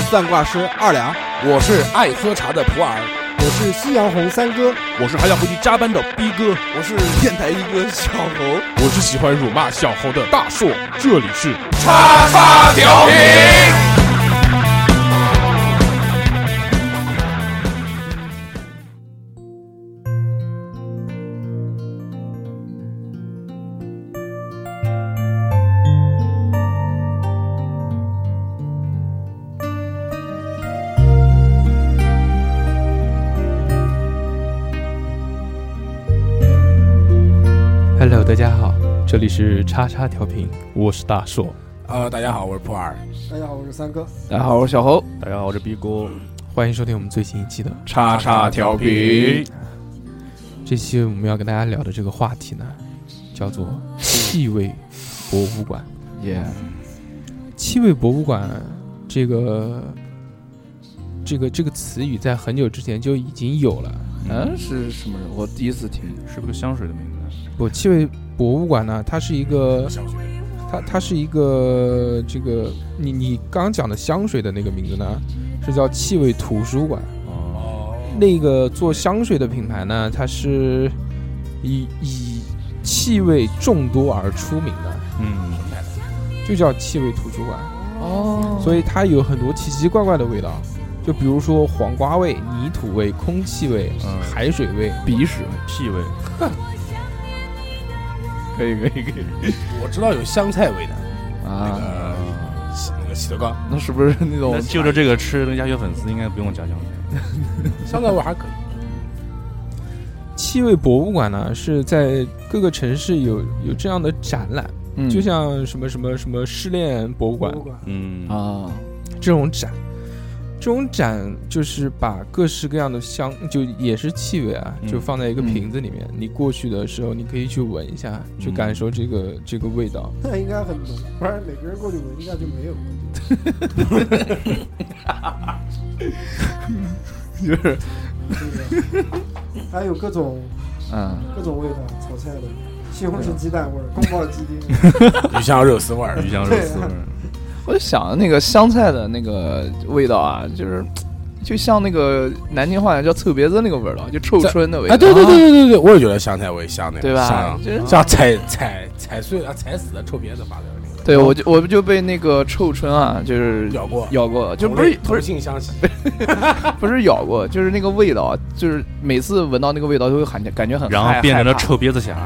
算卦师2两， 我是爱喝茶的普洱， 我是夕阳红3哥， 我是还想回去加班的逼哥， 我是电台一哥小猴， 我是喜欢辱骂小猴的大硕，这里是叉叉调频。 Hello， 大家好，这里是叉叉调频，我是大硕。 大家好，我是普洱。 大家好，我是3哥。 大家好，我是小猴。 大家好，我是逼哥。欢迎收听我们最新一期的叉叉调频。 这期我们要跟大家聊的这个话题呢，叫做气味博物馆。气味博物馆这个词语在很久之前就已经有了。 是什么人？我第一次听， 是不是香水的名字？不，气味博物馆呢，它是一个，它是一个这个你刚讲的香水的那个名字呢，是叫气味图书馆。那个做香水的品牌呢，它是以气味众多而出名的，就叫气味图书馆。所以它有很多奇奇怪怪的味道。就比如说黄瓜味、泥土味、空气味、海水味、鼻屎味、屁味。可以。 我知道有香菜味的那个喜德糕，那是不是那种？ 那就着这个吃，那鸭血粉丝应该不用加香菜。 香菜味还可以。 气味博物馆呢，是在各个城市有这样的展览，就像什么失恋博物馆，这种展就是把各式各样的香，就也是气味啊，就放在一个瓶子里面。你过去的时候，你可以去闻一下，去感受这个味道。 那应该很浓，不然每个人过去闻一下就没有。 就是还有各种味道，炒菜的西红柿鸡蛋味儿，宫保鸡丁， 鱼香肉丝味儿， 我就想那个香菜的那个味道啊，就像那个南京话叫臭别子那个味道，就臭春的味道。 对，我也觉得香菜味像那个， 对吧？ 像踩碎了、踩死的臭别子发的那个。 对，我就被那个臭春啊，就是咬过，就不是性相吸， 不是咬过，就是那个味道，就是每次闻到那个味道都会感觉很， 然后变成了臭别子侠。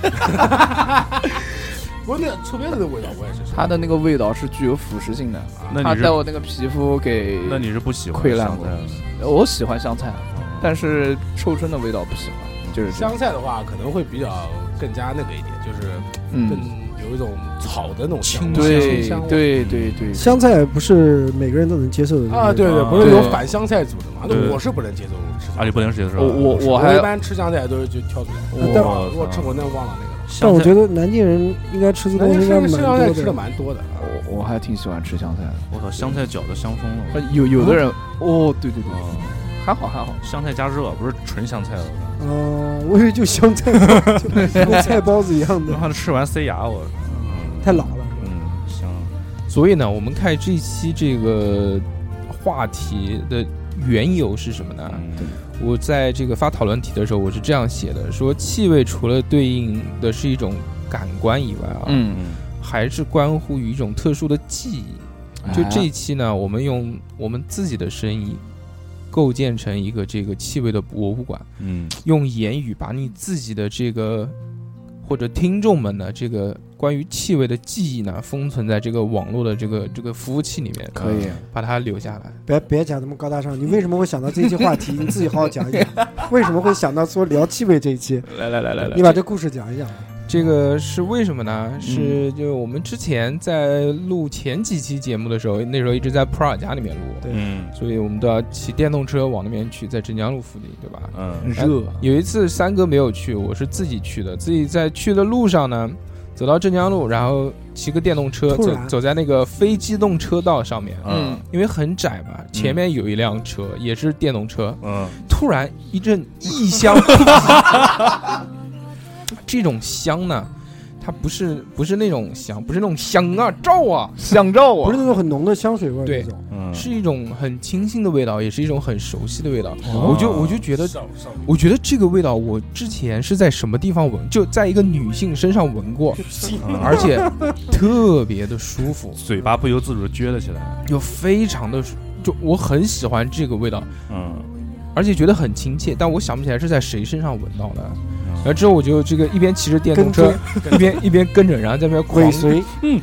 不是那个臭别子的味道，我也是。 它的那个味道是具有腐蚀性的，它带我那个皮肤给。 那你是不喜欢溃烂过？我喜欢香菜，但是臭春的味道不喜欢。就是香菜的话，可能会比较更加那个一点，就是更有一种草的那种香。 对。 香菜不是每个人都能接受的啊，对，不是有反香菜组的嘛？那我是不能接受吃。 你不能接受。 我一般吃香菜都是就挑出来。我吃过那忘了那个。 但我觉得南京人应该吃这东西应该蛮多的， 吃的蛮多的。 我还挺喜欢吃香菜的。 我操，香菜搅的香疯了。 有的人对，还好， 香菜加热，不是纯香菜了。 我以为就香菜，就跟菜包子一样的。 然后吃完塞牙，我太老了。 香。 所以呢，我们看这一期这个话题的缘由是什么呢？我在这个发讨论题的时候，我是这样写的：说气味除了对应的是一种感官以外啊，还是关乎于一种特殊的记忆。就这一期呢，我们用我们自己的声音构建成一个这个气味的博物馆，用言语把你自己的这个或者听众们的这个关于气味的记忆呢，封存在这个网络的这个服务器里面， 可以把它留下来。 别讲这么高大上，你为什么会想到这一期话题？你自己好好讲一讲，为什么会想到说聊气味这一期？ 来， 你把这故事讲一讲。 这个是为什么呢？是就我们之前在录前几期节目的时候，那时候一直在普洱家里面录，所以我们都要骑电动车往那边去，在镇江路附近，对吧？ 热。 有一次3哥没有去，我是自己去的，自己在去的路上呢，走到镇江路，然后骑个电动车走在那个非机动车道上面，因为很窄嘛，前面有一辆车也是电动车，突然一阵异香。这种香呢，它不是那种香，不是那种香啊照啊香照啊， 不是那种很浓的香水味对， 是一种很清新的味道，也是一种很熟悉的味道。 哦我就觉得，我觉得这个味道我之前是在什么地方闻，就在一个女性身上闻过，而且特别的舒服， 嘴巴不由自主地撅了起来。 就非常的，就我很喜欢这个味道，而且觉得很亲切，但我想不起来是在谁身上闻到的。然后之后我就这个一边骑着电动车，一边跟着，然后在那边狂尾随，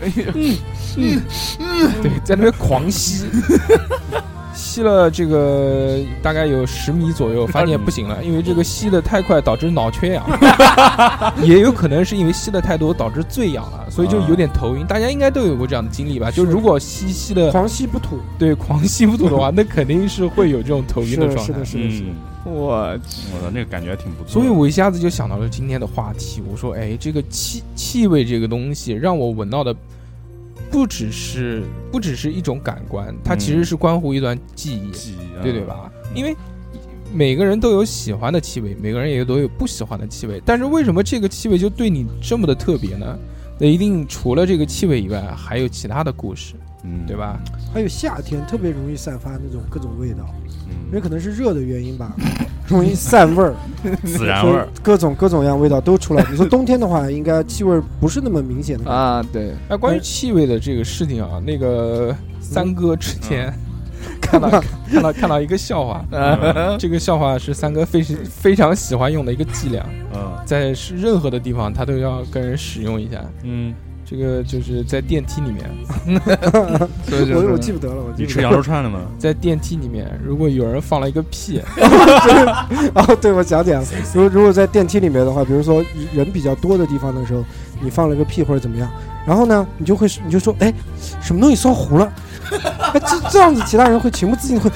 对，在那边狂吸，吸了这个大概有10米左右，发现不行了，因为这个吸的太快导致脑缺氧，也有可能是因为吸的太多导致醉氧了，所以就有点头晕。大家应该都有过这样的经历吧？就如果吸的狂吸不吐， 对，狂吸不吐的话，那肯定是会有这种头晕的状态。 是的，是的，是的。 我那个感觉挺不错。 所以我一下子就想到了今天的话题，我说，哎，这个气味这个东西让我闻到的不只是一种感官，它其实是关乎一段记忆，对吧？因为每个人都有喜欢的气味，每个人也都有不喜欢的气味，但是为什么这个气味就对你这么的特别呢？那一定除了这个气味以外，还有其他的故事，对吧？ 还有夏天特别容易散发那种各种味道，因为可能是热的原因吧，容易散味儿， 孜然味儿， 各种样味道都出来。你说冬天的话，应该气味不是那么明显的啊。对， 哎，关于气味的这个事情啊，那个三哥之前看到一个笑话，这个笑话是三哥非常喜欢用的一个伎俩，在任何的地方他都要跟人使用一下，这个就是在电梯里面， 我记不得了。 你吃羊肉串了吗？ 在电梯里面，如果有人放了一个屁， 对，我想起来了。如果在电梯里面的话，比如说人比较多的地方的时候，你放了个屁或者怎么样，然后呢，你就说，哎，什么东西烧糊了？这样子，其他人会情不自禁会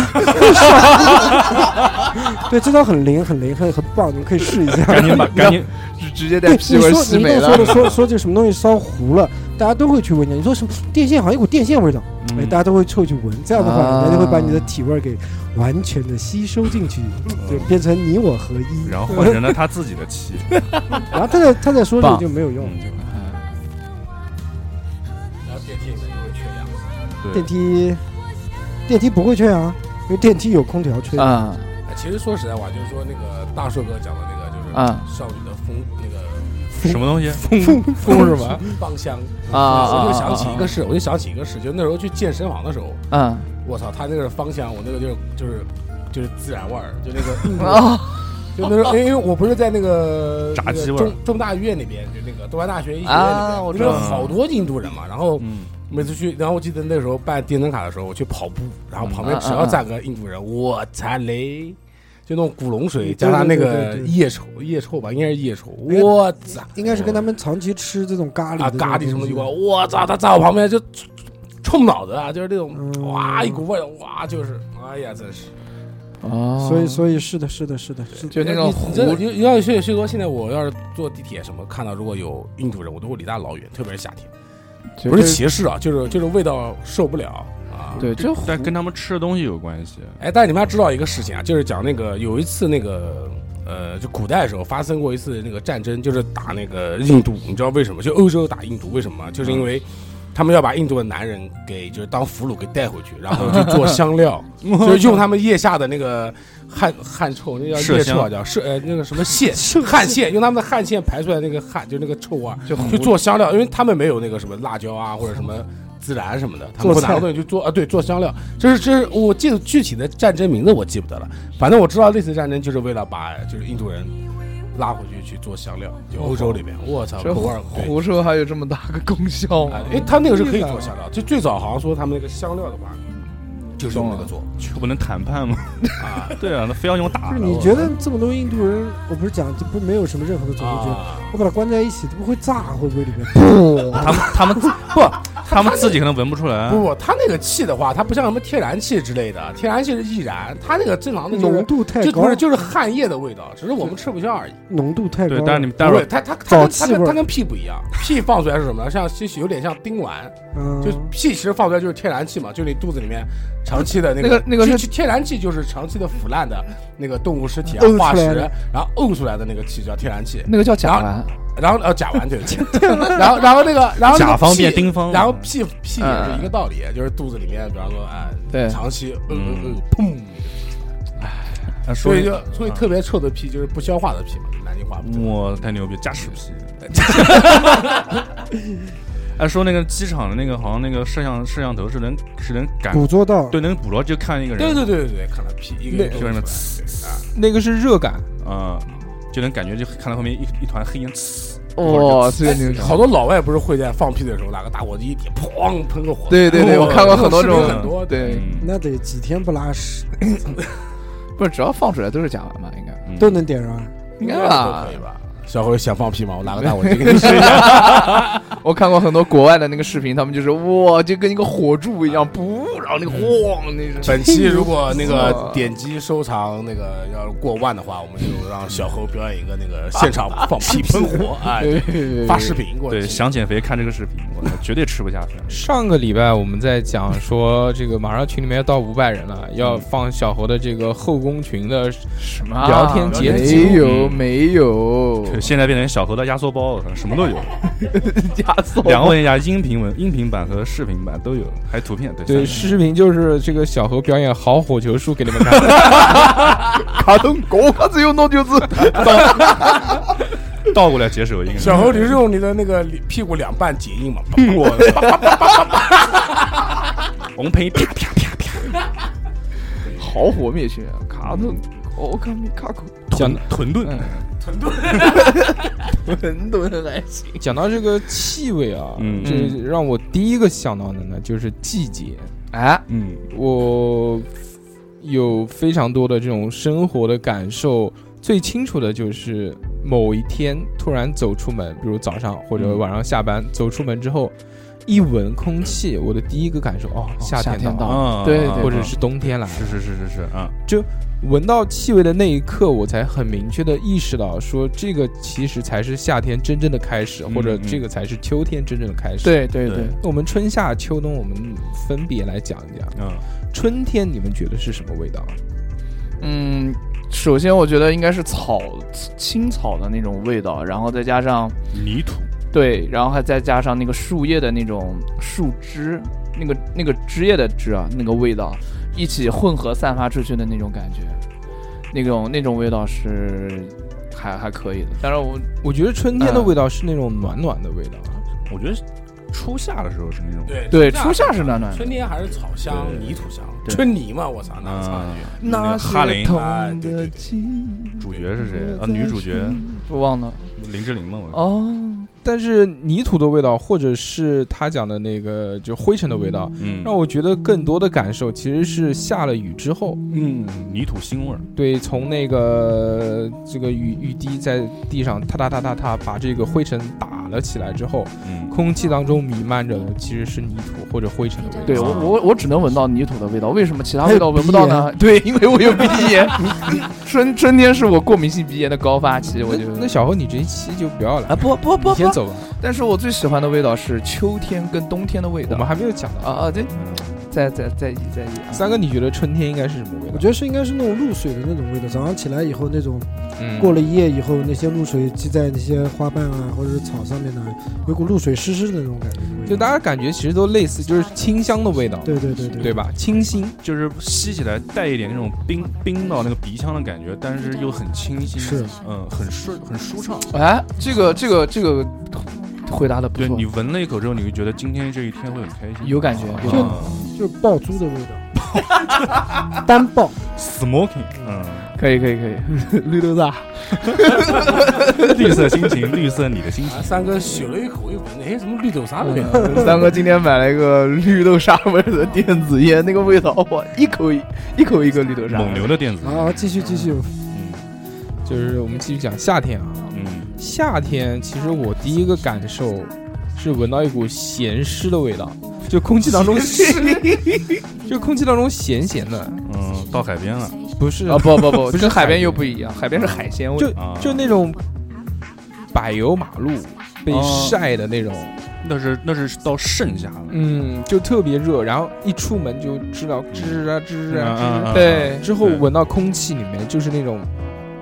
对，这招很灵，很棒，你们可以试一下。 赶紧直接带屁味吸没了。 说这什么东西烧糊了，大家都会去闻一下。你说什么电线好像有股电线味道，哎，大家都会凑去闻。这样的话，人家就会把你的体味给完全的吸收进去，就变成你我合一， 然后换成了他自己的气。 然后他在说这个就没有用。 然后电梯里面就会缺氧。 电梯不会缺氧，因为电梯有空调吹啊。 其实说实在话，就是说那个大硕哥讲的那个，就是少女的风那个什么东西风是吧？ 芳香啊！ 我就想起一个事，就那时候去健身房的时候，我操，他那个芳香，我那个就是孜然味儿，就那个就那时候，因为我不是在那个炸鸡味儿中大医院那边，就那个东湾大学医学院那边，我知道好多印度人嘛，然后。每次去，然后我记得那时候办电灯卡的时候，我去跑步，然后旁边只要站个印度人，我擦嘞，就那种古龙水加上那个腋臭吧，应该是腋臭，我操， 应该是跟他们长期吃这种咖喱啊咖喱什么有关，我操，他在我旁边就冲脑子啊，就是那种哇一股味，哇就是，哎呀真是。 所以是的， 就那种你要薛哥，现在我要是坐地铁什么看到如果有印度人，我都会离他老远，特别是夏天。不是歧视啊，就是味道受不了啊。 对， 但跟他们吃的东西有关系。 哎，但你们要知道一个事情啊，就是讲那个有一次那个就古代的时候发生过一次那个战争，就是打那个印度。你知道为什么？就欧洲打印度，为什么？就是因为他们要把印度的男人就是当俘虏给带回去，然后去做香料，就是用他们腋下的那个汗臭，那叫腋臭啊，叫那个什么汗腺，用他们的汗腺排出来那个汗，就那个臭味就做香料，因为他们没有那个什么辣椒啊或者什么孜然什么的，他们不拿东西去做对，做香料。这是我记得具体的战争名字我记不得了，反正我知道类似战争就是为了把就是印度人拉回去做香料，就欧洲里边，我操，口味狐臭还有这么大个功效吗？ 因为他那个是可以做香料，就最早好像说他们那个香料的话，就是用那个做， 就不能谈判吗？啊，对啊，那非要用打的。 你觉得这么多印度人，我不是讲这不没有什么任何的种族觉得，我把它关在一起，不会炸？会不会里面？ 不，他们自己可能闻不出来。 不，他那个气的话，它不像什么天然气之类的，天然气是易燃，他那个正常的浓度太高， 就是汗液的味道，只是我们吃不消而已。 浓度太高， 对，但是你们待会儿它跟屁不一样，屁放出来是什么？像有点像丁烷，就屁其实放出来就是天然气嘛，就你肚子里面长期的那个是天然气，就是长期的腐烂的那个动物尸体啊化石，然后呕出来的那个气叫天然气， 那个叫甲烷。 然后甲烷对，然后那个然后甲方屁变丁方， 然后屁也是一个道理，就是肚子里面，比方说对长期砰， 说所以特别臭的屁就是不消化的屁嘛，南京话。 我太牛逼，加屎屁。说那个机场的那个好像那个摄像头是能感捕捉到， 对，能捕捉就看一个人， 对，看到屁一个就那么那个是热感， 就能感觉就看到后面一团黑烟， 哇，这个牛逼！ 好多老外不是会在放屁的时候拿个打火机一点，砰喷个火。 对，我看过很多这种很多， 对， 那得几天不拉屎， 不是只要放出来都是甲烷吧？应该都能点燃， 应该吧？可以吧？小何想放屁吗？我拿个打火机给你试一下。我看过很多国外的那个视频，他们就是哇，就跟一个火柱一样，不，然后那个咣，那是。 本期如果那个点击收藏那个要过万的话，我们就让小何表演一个那个现场放屁喷火，发视频过去。 对，想减肥看这个视频，我绝对吃不下饭。 上个礼拜我们在讲说，这个马上群里面要到500人了，要放小何的这个后宫群的什么聊天截图， 没有。 现在变成小何的压缩包了，什么都有。 压缩 2个文加音频版和视频版都有，还有图片。 对，视频就是这个小何表演好火球术给你们看。 卡通狗卡子有弄就是倒过来解手印。 小何，你是用你的那个屁股两半结印嘛？ 红培啪啪啪啪， 好火灭群，卡通我看没卡口讲屯盾。 很多人还行。 讲到这个气味啊，这让我第一个想到的呢就是季节。我有非常多的这种生活的感受，最清楚的就是某一天突然走出门，比如早上或者晚上下班，走出门之后一闻空气，我的第一个感受夏天到， 对， 或者是冬天来了， 是就闻到气味的那一刻，我才很明确的意识到，说这个其实才是夏天真正的开始，或者这个才是秋天真正的开始。 对。 我们春夏秋冬，我们分别来讲一讲。春天你们觉得是什么味道？ 首先我觉得应该是青草的那种味道，然后再加上泥土。 对，然后还再加上那个树叶的那种树枝，那个枝叶的枝啊，那个味道一起混合散发出去的那种感觉，那种味道是还可以的。当然我觉得春天的味道是那种暖暖的味道。 我觉得初夏的时候是那种， 对，初夏是暖暖的， 春天还是草香、泥土香，春泥嘛，我操，那草那哈林对， 主角是谁女主角我忘了， 林志玲嘛， 但是泥土的味道，或者是他讲的那个就灰尘的味道，让我觉得更多的感受其实是下了雨之后， 泥土腥味儿。 对，从那个这个雨滴在地上踏把这个灰尘打了起来之后，空气当中弥漫着的其实是泥土或者灰尘的味道。 对，我只能闻到泥土的味道，为什么其他味道闻不到呢？对，因为我有鼻炎，春天是我过敏性鼻炎的高发期，我觉得。 那小何，你这一期就不要了啊！不， 你先走吧。 但是我最喜欢的味道是秋天跟冬天的味道。 我们还没有讲到对，在意。 三哥，你觉得春天应该是什么味道？ 我觉得应该是那种露水的那种味道。早上起来以后，那种过了一夜以后，那些露水积在那些花瓣啊或者是草上面的，有股露水湿湿的那种感觉。 就大家感觉其实都类似，就是清香的味道。 对吧？清新， 就是吸起来带一点那种冰到那个鼻腔的感觉，但是又很清新， 是很舒畅。 这个回答的不错。 对，你闻了一口之后，你会觉得今天这一天会很开心， 有感觉， 就是爆珠的味道，单爆 smoking， 可以，绿豆沙， 绿色心情，绿色你的心情。 三哥嗅了一口，一闻，什么绿豆沙的味道？ 三哥今天买了一个绿豆沙味的电子烟，那个味道哇，一口一个绿豆沙， 蒙牛的电子烟。 好，继续， 就是我们继续讲夏天啊。夏天其实我第一个感受是闻到一股咸湿的味道，就空气当中咸咸的。 到海边了？ 不是不是海边又不一样，海边是海鲜味， 就那种柏油马路被晒的那种。 那是到盛夏了， 就特别热，然后一出门就知道吱啊， 对， 之后闻到空气里面就是那种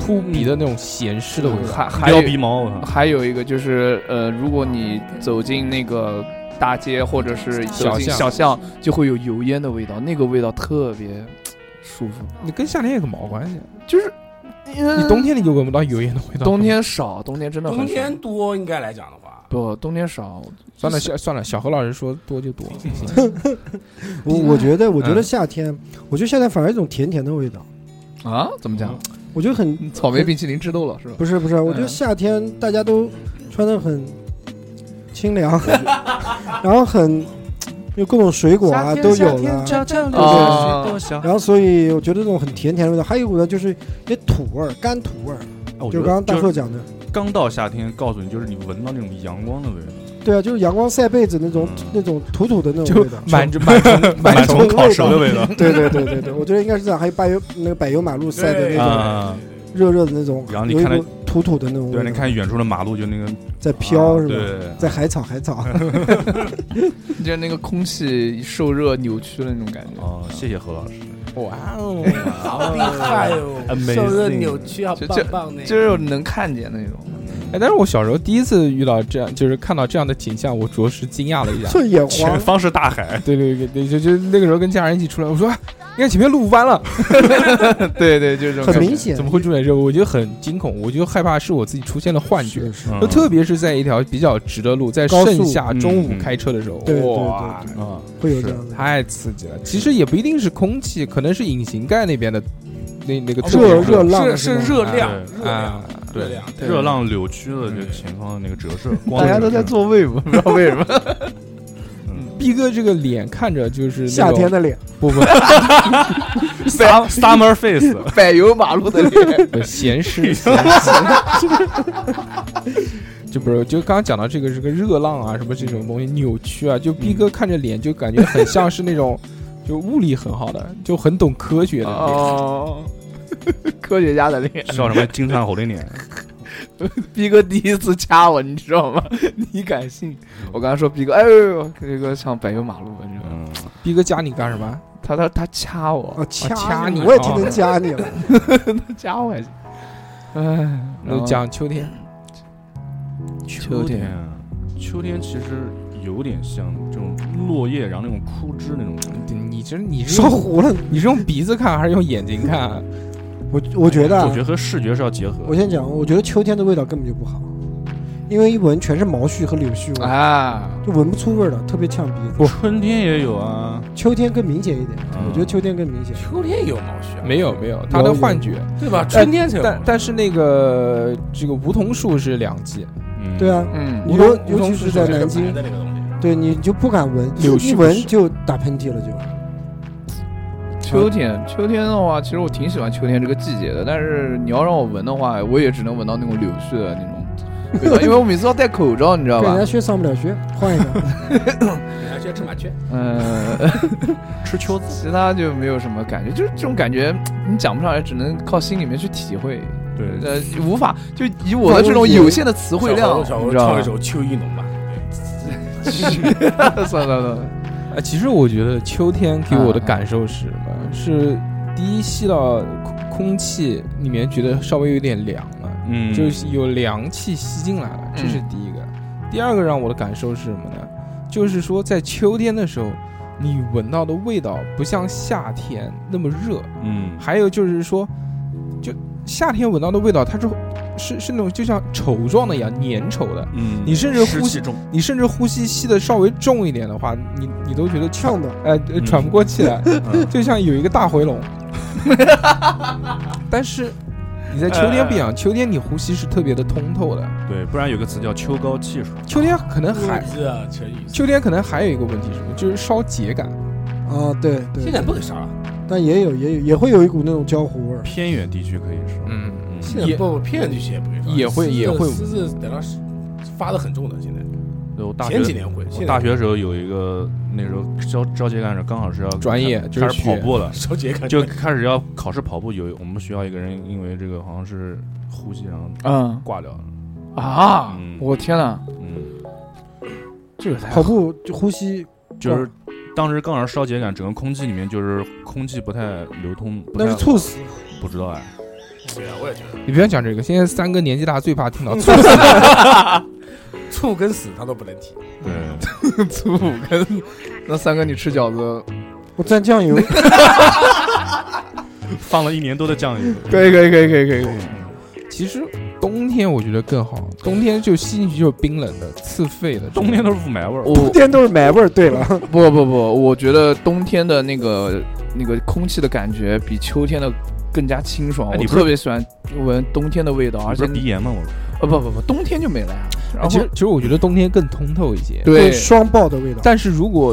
扑鼻的那种咸湿的味道。 撩还有鼻毛， 还有一个就是如果你走进那个大街或者是走进小巷，就会有油烟的味道，那个味道特别舒服。 你跟夏天有个毛关系？ 就是你冬天你就闻不到油烟的味道。 冬天少，冬天真的很少。 冬天多应该来讲的话， 不，冬天少。 算了，小何老师说多就多。 我觉得夏天，我觉得夏天反而有一种甜甜的味道。 啊？怎么讲？ 我觉得很草莓冰淇淋吃多了是吧？ 不是，我觉得夏天大家都穿得很清凉，然后很有各种水果啊都有了，对。然后所以我觉得这种很甜甜的味道，还有呢就是一些土味儿、干土味儿，就刚刚大硕讲的。 刚到夏天，告诉你就是你闻到那种阳光的味道。 对啊，就是阳光晒被子那种土的那种味道， 满城烤熟的味道。 对，我觉得应该是这样。还有柏油马路晒的那种热的那种， 然后你看土的那种味道。 对，你看远处的马路就那个在飘是吧？ 对， 在海草， 就是那个空气受热扭曲的那种感觉。 哦，谢谢何老师。 哇哦，好厉害哦！受热扭曲，好棒棒的， 就是能看见那种。 但是我小时候第一次遇到这样，就是看到这样的景象，我着实惊讶了一下。 这眼花， 前方是大海。 对，就那个时候跟家人一起出来，我说你看前面路弯了。 对，就这种很明显。 怎么会出现这？我觉得很惊恐，我就害怕是我自己出现了幻觉。 是特别是在一条比较直的路，在盛夏中午开车的时候，哇， 会有这样的， 太刺激了。其实也不一定是空气，可能是引擎盖那边的那个热浪， 是热量啊。 对，热浪扭曲了就前方的那个折射， 大家都在做位不知道为什么。 逼哥这个脸看着就是夏天的脸， 不 ，summer face， 柏油马路的脸， 咸湿。就不是，就刚刚讲到这个是个热浪啊，什么这种东西扭曲啊，就逼哥看着脸就感觉很像是那种就物理很好的，就很懂科学的哦。科学家的脸， 叫什么金灿猴的脸。 逼哥第一次掐我，你知道吗？你敢信？我刚才说逼哥，哎呦，这个像柏油马路，你知道吗？ 逼哥夹你干什么？ 他掐我， 掐你，我也听成掐你了， 他掐我还行。 哎，那讲秋天。 秋天其实有点像这种落叶，然后那种枯枝那种。 你是烧糊了， 你是用鼻子看还是用眼睛看？ 我觉得和视觉是要结合。 我先讲，我觉得秋天的味道根本就不好，因为一闻全是毛絮和柳絮味啊， 就闻不出味的，特别呛鼻子。春天也有啊， 秋天更明显一点。我觉得秋天更明显。 秋天有毛絮？ 没有，它的幻觉， 对吧？春天才有。 但是那个这个梧桐树是两季。 对啊，尤其是在南京，对，你就不敢闻，一闻就打喷嚏了就。 秋天的话，其实我挺喜欢秋天这个季节的，但是你要让我闻的话，我也只能闻到那种柳絮的那种味道，因为我每次要戴口罩，你知道吧？ 人家靴上不了靴，换一个。 人家靴吃麻雀， 吃秋子，其他就没有什么感觉，就是这种感觉你讲不上来，只能靠心里面去体会。 对， 无法就以我的这种有限的词汇量， 你知道吗？唱一首《秋意浓》吧。 算了。 其实我觉得秋天给我的感受是什么？是第一吸到空气里面觉得稍微有点凉了，就是有凉气吸进来了，这是第一个。第二个让我的感受是什么呢？就是说在秋天的时候，你闻到的味道不像夏天那么热，还有就是说，就夏天闻到的味道，它是那种就像稠状的一样，粘稠的。你甚至呼吸吸的稍微重一点的话，你都觉得呛的， 喘不过气来，就像有一个大回笼。但是你在秋天不一样，秋天你呼吸是特别的通透的。 对，不然有个词叫秋高气爽。 秋天可能还有一个问题是什么？就是烧秸秆。 啊，对， 现在不给烧了， 但也会有一股那种焦糊味儿。 偏远地区可以烧， 现在不偏远地区也不给烧， 也会私自等到发的很重的。现在我前几年会， 我大学的时候有一个那时候烧秸秆时刚好是要专业， 开始跑步了， 烧秸秆就开始要考试跑步。有我们学校一个人因为这个好像是呼吸然后挂掉了啊！我天哪，这个跑步就呼吸就是当时刚好烧秸秆，整个空气里面就是空气不太流通， 那是猝死， 不知道哎。 对啊，我也觉得你不要讲这个，现在三哥年纪大，最怕听到醋醋跟死他都不能提。 对， 醋跟那三哥，你吃饺子我蘸酱油， 放了1年多的酱油， 可以。 其实冬天我觉得更好，冬天就吸进去就是冰冷的、刺肺的。 冬天都是雾霾味儿。 冬天都是霾味儿。对了， 不，我觉得冬天的那个空气的感觉比秋天的更加清爽。我哎你不是特别喜欢闻冬天的味道，而且不是鼻炎吗？我不，冬天就没了呀。然后其实我觉得冬天更通透一些。 对， 双爆的味道。 但是如果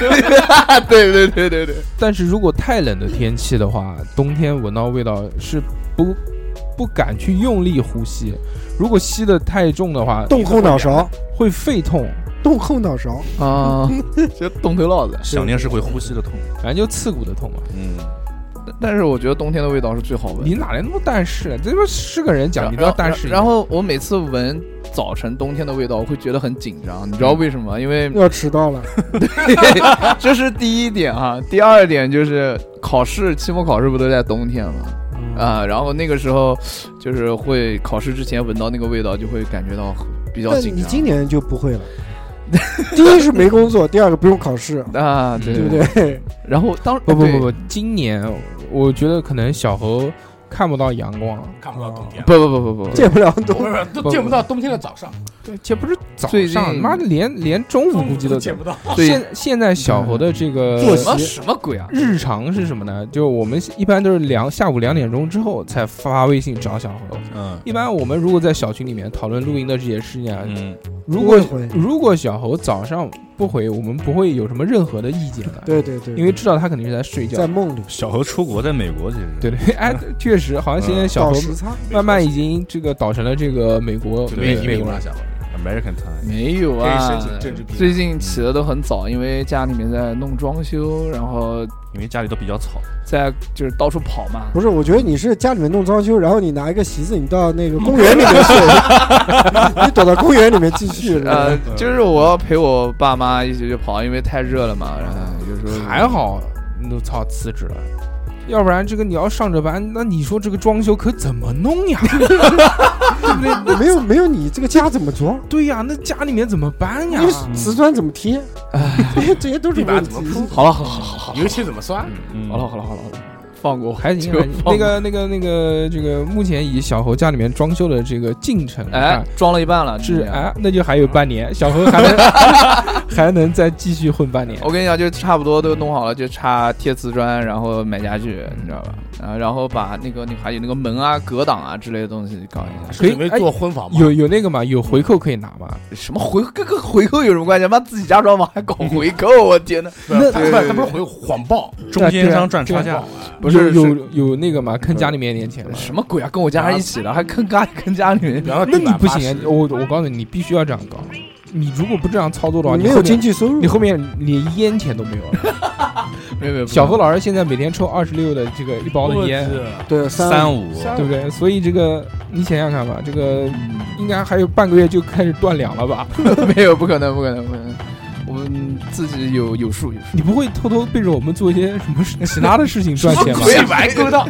对， 但是如果太冷的天气的话，冬天闻到味道是不敢去用力呼吸，如果吸的太重的话， 冻后脑勺， 会肺痛， 冻后脑勺， 啊，就冻头酪子。 想念是会呼吸的痛。 反正就刺骨的痛嘛。 但是我觉得冬天的味道是最好闻。 你哪来那么淡视？这不是个人讲，你都要淡视。 然后我每次闻早晨冬天的味道，我会觉得很紧张，你知道为什么吗？因为要迟到了。 这是第一点哈。第二点就是期末考试不都在冬天吗？然后那个时候就是会考试之前闻到那个味道，就会感觉到比较但紧张。 你今年就不会了。第一是没工作，第二个不用考试， 啊，对对不对？ 然后不，今年我觉得可能小猴看不到阳光， 看不到冬天。 不， 见不了冬， 都见不到冬天的早上。 对，这不是早最上， 近妈的连中午估计都见不到。 现在小猴的这个作息什么鬼啊？ 日常是什么呢？就我们一般都是下午2点钟之后才发微信找小猴。一般我们如果在小群里面讨论露营的这些事情啊，如果小猴早上不回，我们不会有什么任何的意见的。 对， 因为知道他肯定是在睡觉， 在梦里。 小猴出国，在美国其实。 对，哎，确实，好像现在小猴慢慢已经这个导成了这个美国人。 小猴 American time 没有啊， 可以申请政治庇护最近起的都很早，因为家里面在弄装修，然后因为家里都比较吵， 在就是到处跑嘛。 不是，我觉得你是家里面弄装修，然后你拿一个席子，你到那个公园里面睡，你躲到公园里面继续。 就是我要陪我爸妈一起去跑，因为太热了嘛。然后有时候还好，都辞职了。要不然这个你要上着班，那你说这个装修可怎么弄呀？对不对？ 没有你这个家怎么装？ 对呀，那家里面怎么搬呀？ 瓷砖怎么贴？这些都是问题。 好了， 油漆怎么算？ 好了，放过还行。那个这个目前以小猴家里面装修的这个进程， 装了一半了， 那就还有半年，小猴还能再继续混半年。 我跟你讲，就差不多都弄好了，就差贴瓷砖，然后买家具，你知道吧？然后把那还有那个门啊、隔档啊之类的东西搞一下。 可以做婚房吗？ 有那个吗？有回扣可以拿吗？ 什么跟回扣有什么关系？妈自己家装潢还搞回扣，我天哪！ 他不是谎报， 中间商赚差价。 不是有那个吗？坑家里面一点钱。 什么鬼啊？跟我家人一起的，还坑家里面。 那你不行，我告诉你，你必须要这样搞。你如果不这样操作的话， 你没有经济收入， 你后面连烟钱都没有了。 没有。 小何老师现在每天抽26的这个1包的烟， 对 ，35， 对不对？所以这个你想想看吧，这个应该还有半个月就开始断粮了吧？ 没有，不可能。我们自己有数。 你不会偷偷背着我们做一些什么其他的事情赚钱吗？ 鬼玩勾当。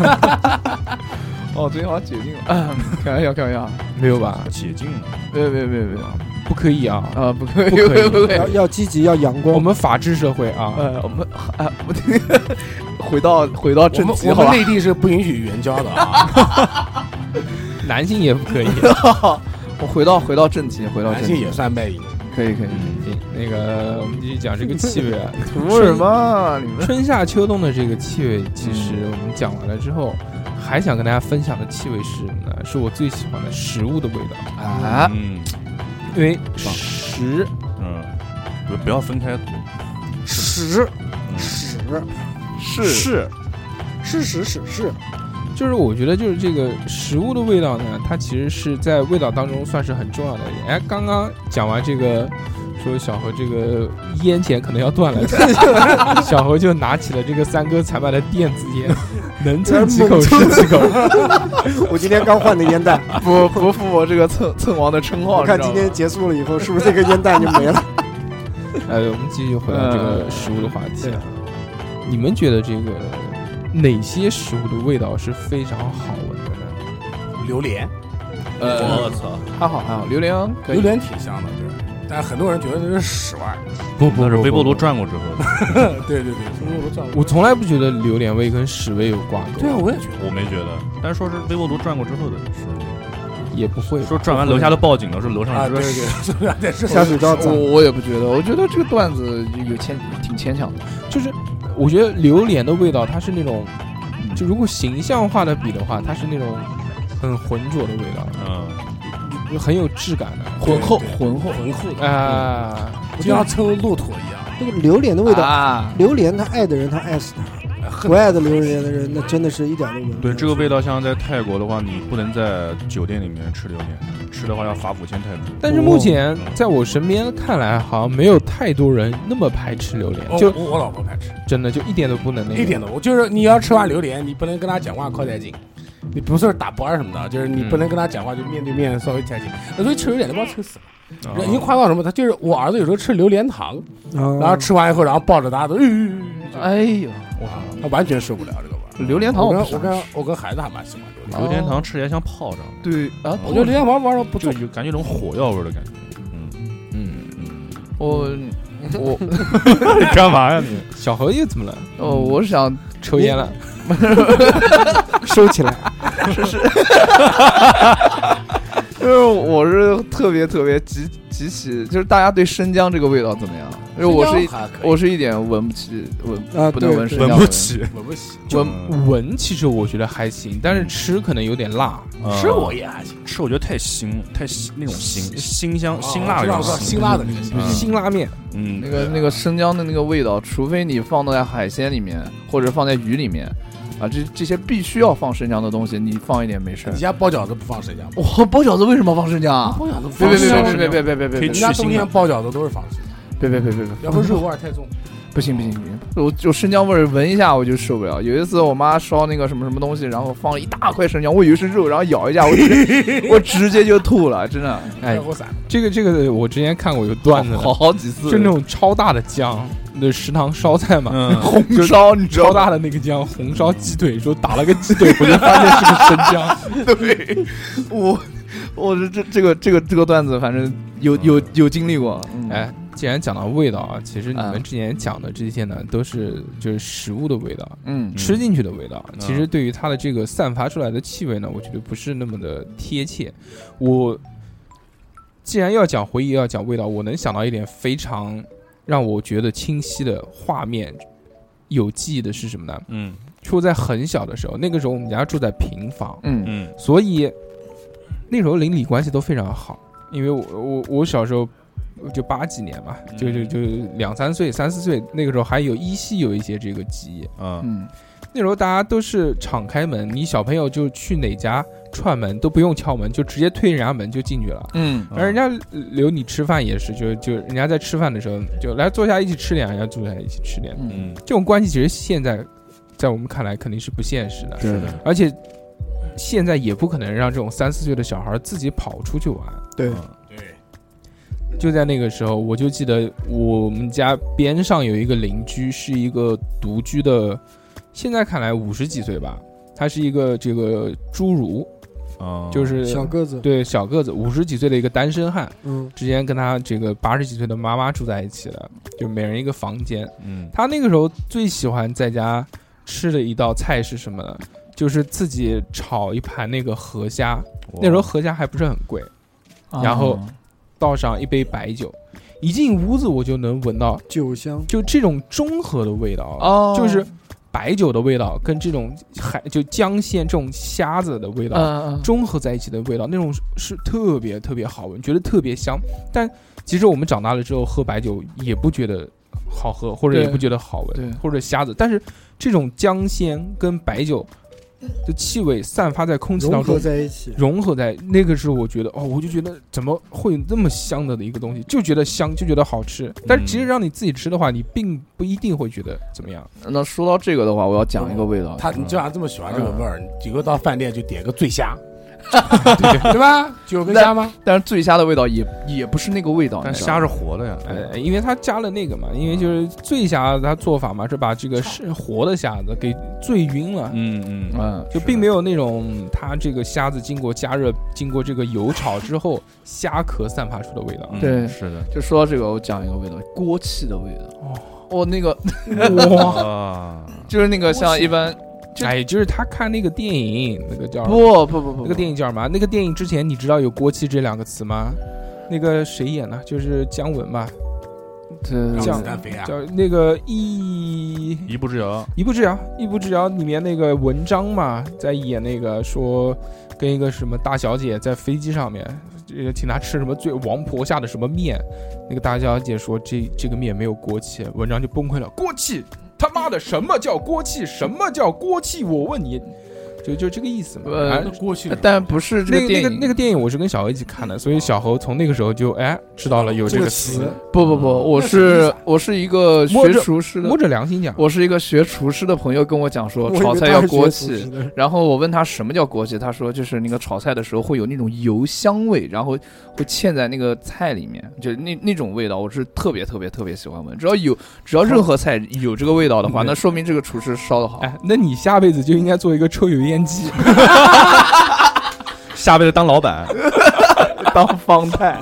最近好像解禁了。开玩笑， 没有吧？ 解禁了？ 没有， 不可以啊！ 不可以， 要积极，要阳光。 我们法治社会啊！ 我们回到正题， 我们内地是不允许援交的啊， 男性也不可以。 我回到正题， 男性也算卖淫。 可以。 那个我们继续讲这个气味啊。 图什么？你们春夏秋冬的这个气味，其实我们讲完了之后，还想跟大家分享的气味是什么呢？是我最喜欢的食物的味道啊。 因为食， 不要分开。 屎， 就是我觉得就是这个食物的味道呢，它其实是在味道当中算是很重要的。哎，刚刚讲完这个，说小何这个烟钱可能要断了，小何就拿起了这个三哥才买的电子烟，能蹭几口是几口。 我今天刚换的烟袋， 不负我这个蹭王的称号。 我看今天结束了以后，是不是这个烟袋就没了？ 我们继续回到这个食物的话题。你们觉得这个哪些食物的味道是非常好闻的呢？ 榴莲， 我操， 还好，榴莲可以榴莲挺香的，对。但是很多人觉得那是屎味儿。 不那是微波炉转过之后的。 对，微波炉转过。 我从来不觉得榴莲味跟屎味有挂钩。 对啊，我也觉得。 我没觉得，但是说是微波炉转过之后的是。 也不会说转完楼下都报警了，说楼上对， 下水道脏。 我也不觉得，我觉得这个段子挺牵强的。 就是我觉得榴莲的味道，它是那种，就如果形象化的比的话，它是那种很浑浊的味道，很有质感的， 浑厚啊，就像抽骆驼一样。 那个榴莲的味道啊， 榴莲他爱的人他爱死他。不爱的榴莲的人，那真的是一点都闻不到。 对这个味道，像在泰国的话，你不能在酒店里面吃榴莲，吃的话要罚5000泰铢。 但是目前在我身边看来，好像没有太多人那么排斥榴莲。就我老婆排斥， 真的就一点都不能那个。 一点都，就是你要吃完榴莲，你不能跟他讲话靠太近。你不是打啵什么的，就是你不能跟他讲话，就面对面稍微太近。所以吃榴莲都把我抽死了。已经夸到什么？他就是我儿子有时候吃榴莲糖，然后吃完以后，然后抱着大家都， 哎呦， 哇，他完全受不了这个味儿。 榴莲糖我跟孩子还蛮喜欢榴莲糖，吃起来像炮仗。 对啊， 我觉得榴莲糖玩的不错， 有感觉有种火药味的感觉。 我你干嘛呀你？ 小何又怎么了？ 我是想抽烟了， 收起来。 是。就是我是特别极其，就是大家对生姜这个味道怎么样？因为我是一点闻不起，不能闻生姜， 闻不起。 闻其实我觉得还行，但是吃可能有点辣。 吃我也还行， 吃我觉得太腥那种辛香辛辣的那种辛辣的那个辛拉面。 那个生姜的那个味道，除非你放在海鲜里面或者放在鱼里面。啊，这些必须要放生姜的东西，你放一点没事。 你家包饺子不放生姜吗？ 哇，包饺子为什么放生姜啊？ 包饺子放生姜， 别， 人家冬天包饺子都是放生姜。 别， 要不肉味太重。 不行，我生姜味儿闻一下我就受不了。有一次我妈烧那个什么东西，然后放了一大块生姜，我以为是肉，然后咬一下，我直接就吐了，真的。 哎，这个我之前看过有段子， 好几次， 就那种超大的姜。的食堂烧菜嘛， 红烧，你知道超大的那个姜，红烧鸡腿，说打了个鸡腿，我就发现是个生姜。 对，我这个段子，反正有经历过。 哎，既然讲到味道啊，其实你们之前讲的这些呢，都是就是食物的味道，吃进去的味道。其实对于它的这个散发出来的气味呢，我觉得不是那么的贴切。我既然要讲回忆，要讲味道，我能想到一点非常让我觉得清晰的画面有记忆的是什么呢？就在很小的时候，那个时候我们家住在平房，所以那时候邻里关系都非常好，因为我小时候就80几年嘛，就2、3岁、3、4岁，那个时候还依稀有一些这个记忆，那时候大家都是敞开门，你小朋友就去哪家串门都不用敲门，就直接推人家门就进去了。而人家留你吃饭也是，就人家在吃饭的时候就来坐下一起吃点，人家坐下一起吃点。这种关系其实现在在我们看来肯定是不现实的， 是的， 而且现在也不可能让这种3、4岁的小孩自己跑出去玩。 对。 就在那个时候，我就记得我们家边上有一个邻居，是一个独居的，现在看来50几岁吧，他是一个这个侏儒，就是小个子， 对，小个子，50几岁的一个单身汉，之前跟他这个80几岁的妈妈住在一起了，就每人一个房间。他那个时候最喜欢在家吃的一道菜是什么呢？就是自己炒一盘那个河虾，那时候河虾还不是很贵，然后倒上一杯白酒，一进屋子我就能闻到酒香， 就这种中和的味道，就是白酒的味道跟这种就姜鲜这种虾子的味道中和在一起的味道，那种是特别特别好闻，觉得特别香。但其实我们长大了之后喝白酒也不觉得好喝，或者也不觉得好闻，或者虾子，但是这种姜鲜跟白酒的气味散发在空气当中， 融合在一起， 融合在那个时候，我觉得我就觉得怎么会有那么香的一个东西，就觉得香，就觉得好吃。但是其实让你自己吃的话，你并不一定会觉得怎么样。 那说到这个的话，我要讲一个味道。 你既然这么喜欢这个味儿，以后到饭店就点个醉虾。 对吧？酒跟虾吗？ 但是醉虾的味道也不是那个味道， 但你知道吗虾是活的呀。 因为它加了那个嘛，因为就是醉虾，它做法嘛是把这个是活的虾子给醉晕了，就并没有那种它这个虾子经过加热、经过这个油炒之后，虾壳散发出的味道。 对是的。 就说到这个，我讲一个味道，锅气的味道。那个哇， 就是那个像一般。 就是他看那个电影，那个叫不， 那个电影叫什么？那个电影之前你知道有锅气这两个词吗？那个谁演的？就是姜文吧？ 姜子弹飞啊！ 叫那个一步之遥， 一步之遥里面那个文章嘛，在演那个说跟一个什么大小姐在飞机上面，请她吃什么最王婆下的什么面，那个大小姐说这个面没有锅气，文章就崩溃了，锅气。他妈的，什么叫锅气？什么叫锅气？我问你，就这个意思嘛。 锅气， 但不是这个电影。 那个电影我是跟小何一起看的，所以小何从那个时候就知道了有这个词。 不，我是一个学厨师的， 摸着良心讲， 我是一个学厨师的朋友跟我讲说炒菜要锅气，然后我问他什么叫锅气，他说就是那个炒菜的时候会有那种油香味，然后会嵌在那个菜里面，就是那种味道，我是特别喜欢闻。只要任何菜有这个味道的话，那说明这个厨师烧得好。 那你下辈子就应该做一个抽油烟机， 下辈子当老板， 当方太，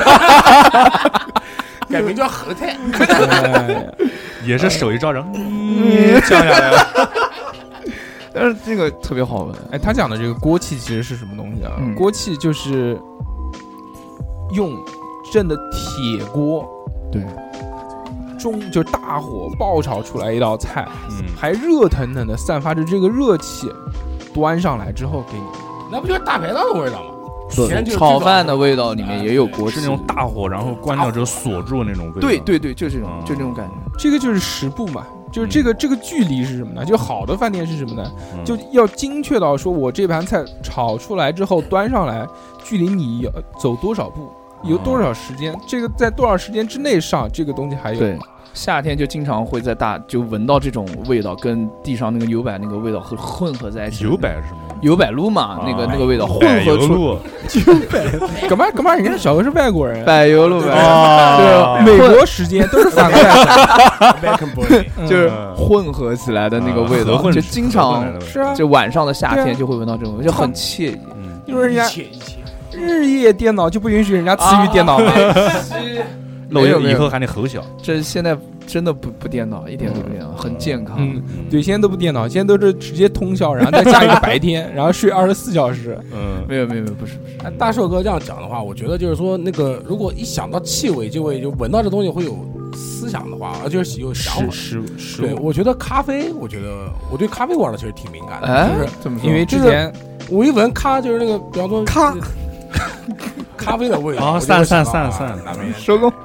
改名叫何太， 也是手一招人，降下来了。 但是这个特别好闻。 他讲的这个锅气其实是什么东西啊？锅气就是用正的铁锅， 对， 就大火爆炒出来一道菜，还热腾腾的散发着这个热气，端上来之后给你， 那不就是大排档的味道吗？ 炒饭的味道里面也有锅气， 是那种大火，然后关掉之后锁住那种味道。 对，就这种，就这种感觉。 这个就是食步嘛，就是这个距离是什么呢？就好的饭店是什么呢？就要精确到说我这盘菜炒出来之后端上来，距离你要走多少步，有多少时间，这个在多少时间之内上，这个东西还有。 对。夏天就经常会就闻到这种味道，跟地上那个油柏那个味道混合在一起。 油柏是什么？ 油柏露嘛，那个味道混合出。 油柏，干嘛？人家小何是外国人。 柏油露， 对，美国时间都是反过来， 就是混合起来的那个味道，就经常是啊， 就晚上的夏天就会闻到这种味道，就很惬意。 因为人家日夜颠倒就不允许人家赐予颠倒吗？ 漏油以后还得吼小， 这现在真的不颠倒，一点都不颠倒，很健康。 对，现在都不颠倒，现在都是直接通宵，然后再加一个白天，然后睡24小时。 没有，不是。 大寿哥这样讲的话，我觉得就是说，那个如果一想到气味，就闻到这东西会有思想的话，就是有想法。对，我觉得咖啡，我对咖啡味的其实挺敏感的，就是因为之前我一闻就是那个，比方说咖啡的味道， 散， 收工。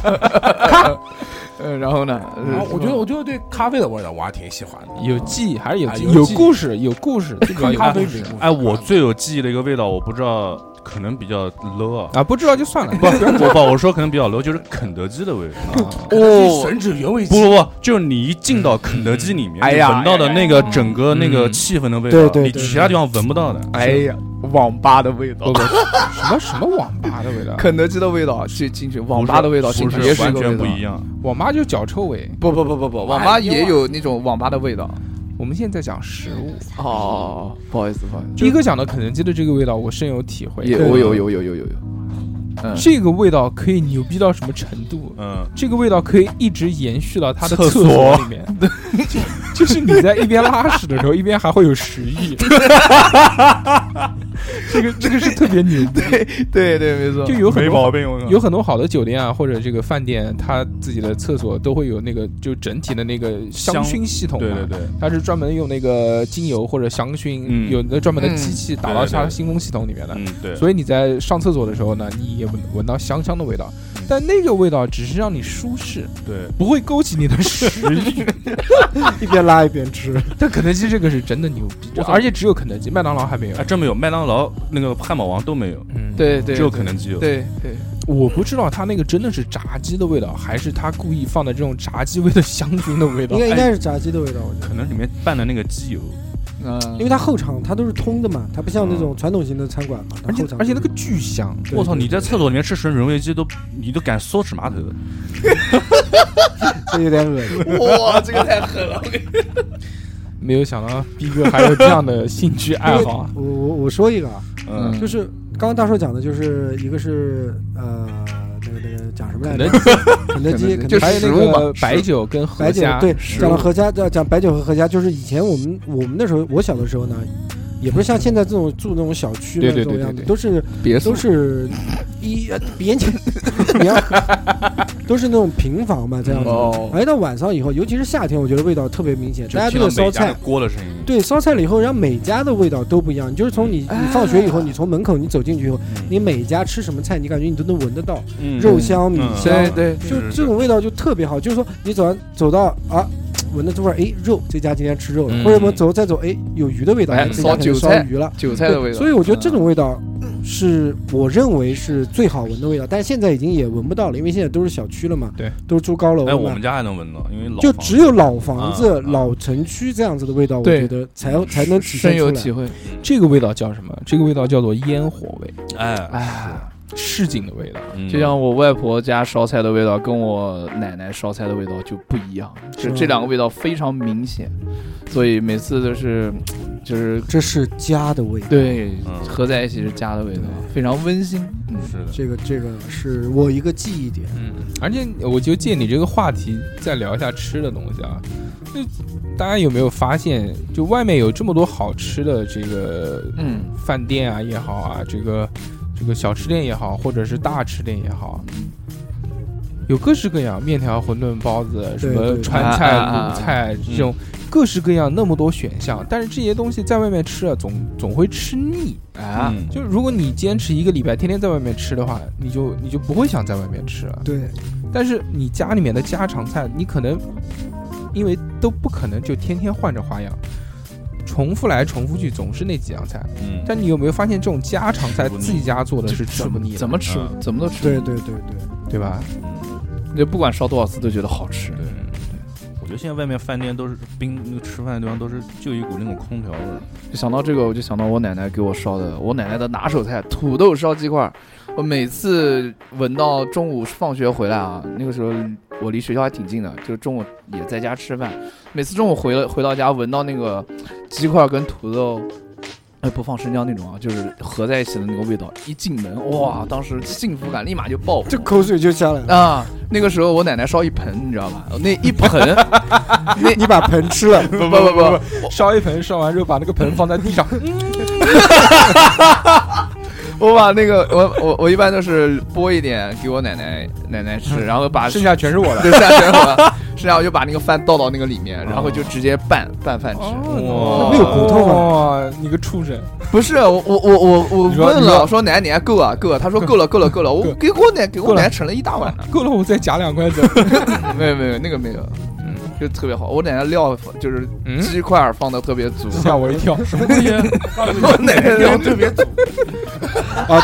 然后呢？ 我觉得对咖啡的味道我还挺喜欢的， 有记忆还是有记忆，有故事，最主要有咖啡。 我最有记忆的一个味道，我不知道，可能比较 low 啊，不知道就算了。 我说可能比较 low，就是肯德基的味道。 吮指原味。 不，就是你一进到肯德基里面，你闻到的那个整个那个气氛的味道，你其他地方闻不到的。 哎呀。网吧的味道， 什么网吧的味道？ 肯德基的味道进去，网吧的味道进去也是完全不一样。 网吧就脚臭味， 不，网吧也有那种网吧的味道。 我们现在讲食物哦，不好意思。 一哥讲的肯德基的这个味道，我深有体会。 我有。 这个味道可以牛逼到什么程度？这个味道可以一直延续到他的厕所里面。就是你在一边拉屎的时候，一边还会有食欲。这个是特别牛逼。 对，没错。 就有很多没毛病。 有很多好的酒店啊，或者这个饭店，它自己的厕所都会有那个就整体的那个香薰系统。 对， 它是专门用那个精油或者香薰，有那专门的机器打到它新风系统里面的。 对。 所以你在上厕所的时候呢，你也闻到香香的味道，但那个味道只是让你舒适， 对， 不会勾起你的食欲。 一边拉一边吃。 但肯德基这个是真的牛逼，而且只有肯德基，麦当劳还没有。 真没有，麦当劳那个汉堡王都没有。 对， 只有肯德基有。 对。 我不知道他那个真的是炸鸡的味道，还是他故意放的这种炸鸡味的香薰的味道。 应该是炸鸡的味道，我觉得可能里面拌的那个鸡油。 因为它后场它都是通的嘛，它不像那种传统型的餐馆嘛，它后场而且那个巨香， 对我操！你在厕所里面吃人味鸡你都敢缩纸码头？ 这有点恶心。 哇，这个太狠了！ 没有想到逼哥还有这样的兴趣爱好啊。 我说一个啊， 嗯， 就是刚刚大硕讲的，就是一个是那个讲什么来着？肯德基， 就还有那食物个白酒跟白酒合家， 对， 食物讲了合家，讲白酒和合家，就是以前我们那时候，我小的时候呢，也不是像现在这种住那种小区的对对这种样子， 对都是别墅都是比眼前，都是那种平房嘛，这样子。 哦， 而到晚上以后，尤其是夏天，我觉得味道特别明显。大家就听这个烧菜到每家的，锅的声音。 对，烧菜了以后，然后每家的味道都不一样。你就是从你放学以后，你从门口你走进去以后，你每家吃什么菜，你感觉你都能闻得到，肉香、米香， 对， 就这种味道就特别好。就是说，你走到啊，闻到这味儿，哎，肉，这家今天吃肉了，或者我们再走，哎，有鱼的味道， 哎这家可能烧鱼了， 韭菜的味道。 所以我觉得这种味道是我认为是最好闻的味道，但是现在已经也闻不到了，因为现在都是小区了嘛， 对， 都是住高楼了哎， 嘛。 我们家还能闻到，因为老就房只有老房子、 啊老城区这样子的味道，我对觉得才能体深现出来。 有体会。 这个味道叫什么？这个味道叫做烟火味， 哎， 哎， 市井的味道。 嗯就像我外婆家烧菜的味道跟我奶奶烧菜的味道就不一样，就这两个味道非常明显，所以每次都是就是这是家的味道。， 对嗯合在一起是家的味道，非常温馨。 是的， 这个是我一个记忆点。 而且我就借你这个话题再聊一下吃的东西啊，就大家有没有发现，就外面有这么多好吃的这个饭店啊也好啊，这个小吃店也好，或者是大吃店也好，有各式各样面条、馄饨、包子，什么对川菜、 啊鲁菜这种各式各样那么多选项，但是这些东西在外面吃啊，总会吃腻。 啊， 嗯就如果你坚持一个礼拜天天在外面吃的话，你就不会想在外面吃了。 对， 但是你家里面的家常菜，你可能因为都不可能就天天换着花样，重复来重复去，总是那几样菜。 嗯， 但你有没有发现，这种家常菜吃不腻自己家做的是吃不腻的， 怎么吃嗯怎么都吃， 对对对对， 对吧？ 就不管烧多少次都觉得好吃。 对，我觉得现在外面饭店都是那个吃饭的地方都是就一股那种空调味儿。 就想到这个，我就想到我奶奶给我烧的，我奶奶的拿手菜土豆烧鸡块。我每次闻到中午放学回来啊，那个时候我离学校还挺近的，就中午也在家吃饭。每次中午回到家，闻到那个鸡块跟土豆，不放生姜那种啊，就是合在一起的那个味道，一进门哇，当时幸福感立马就爆这口水就下来了。 啊！那个时候我奶奶烧一盆，你知道吧？那一盆， 你把盆吃了， 不， 烧一盆，烧完之后把那个盆放在地上， 我把那个我一般都是剥一点给我奶奶吃，然后把剩下全是我的。 对，剩下全是我的，剩下我就把那个饭倒到那个里面，然后就直接拌饭吃。 那没有骨头吗？ 哇，你个畜生！ 不是我你说问了，我说奶奶够啊，他说够了，我给我奶盛了一大碗呢。 够了，我再夹2块走。 没有那个没有，就特别好。我奶奶料就是鸡块放的特别足， 吓我一跳，什么东西？ 我奶奶料特别足。 啊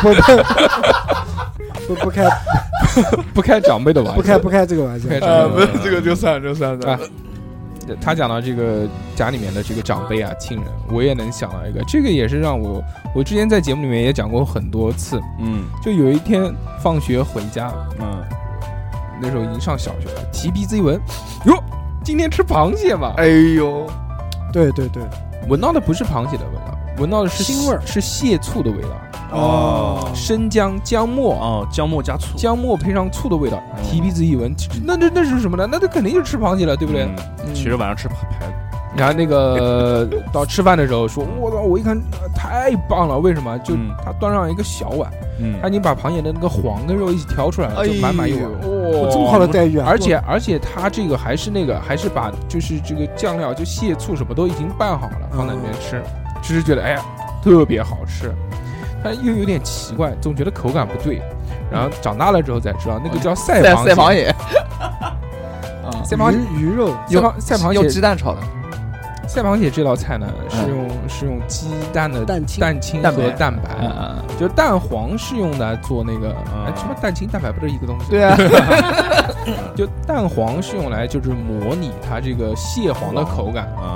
不开不开长辈的玩笑， 不开这个玩笑不。开长辈的玩笑。 这个就算啊他讲到这个家里面的这个长辈啊、亲人，我也能想到一个，这个也是让我之前在节目里面也讲过很多次。就有一天放学回家，那时候已经上小学了，提鼻子一闻，哟，今天吃螃蟹嘛？ 哎呦， 对， 闻到的不是螃蟹的味道，闻到的是腥味儿， 是蟹醋的味道。 哦生姜、姜末， 哦，姜末加醋， 姜末配上醋的味道，提鼻子一闻，那是什么呢？那肯定就是吃螃蟹了，对不对？ 其实晚上吃排骨。 然后那个到吃饭的时候说，我操！我一看太棒了，为什么？就他端上一个小碗，他已经把螃蟹的那个黄跟肉一起挑出来了，就满满一碗。 哇，这么好的待遇啊！ 而且他这个还是把就是这个酱料，就蟹醋什么都已经拌好了，放在里面吃，只是觉得哎呀特别好吃，但又有点奇怪，总觉得口感不对。然后长大了之后才知道，那个叫赛螃蟹。赛螃蟹鱼肉， 赛螃蟹用鸡蛋炒的。 赛螃蟹这道菜呢，是用鸡蛋的蛋清和蛋白，就蛋黄是用来做那个什么蛋清蛋白不是一个东西？ 对啊， 就蛋黄是用来就是模拟它这个蟹黄的口感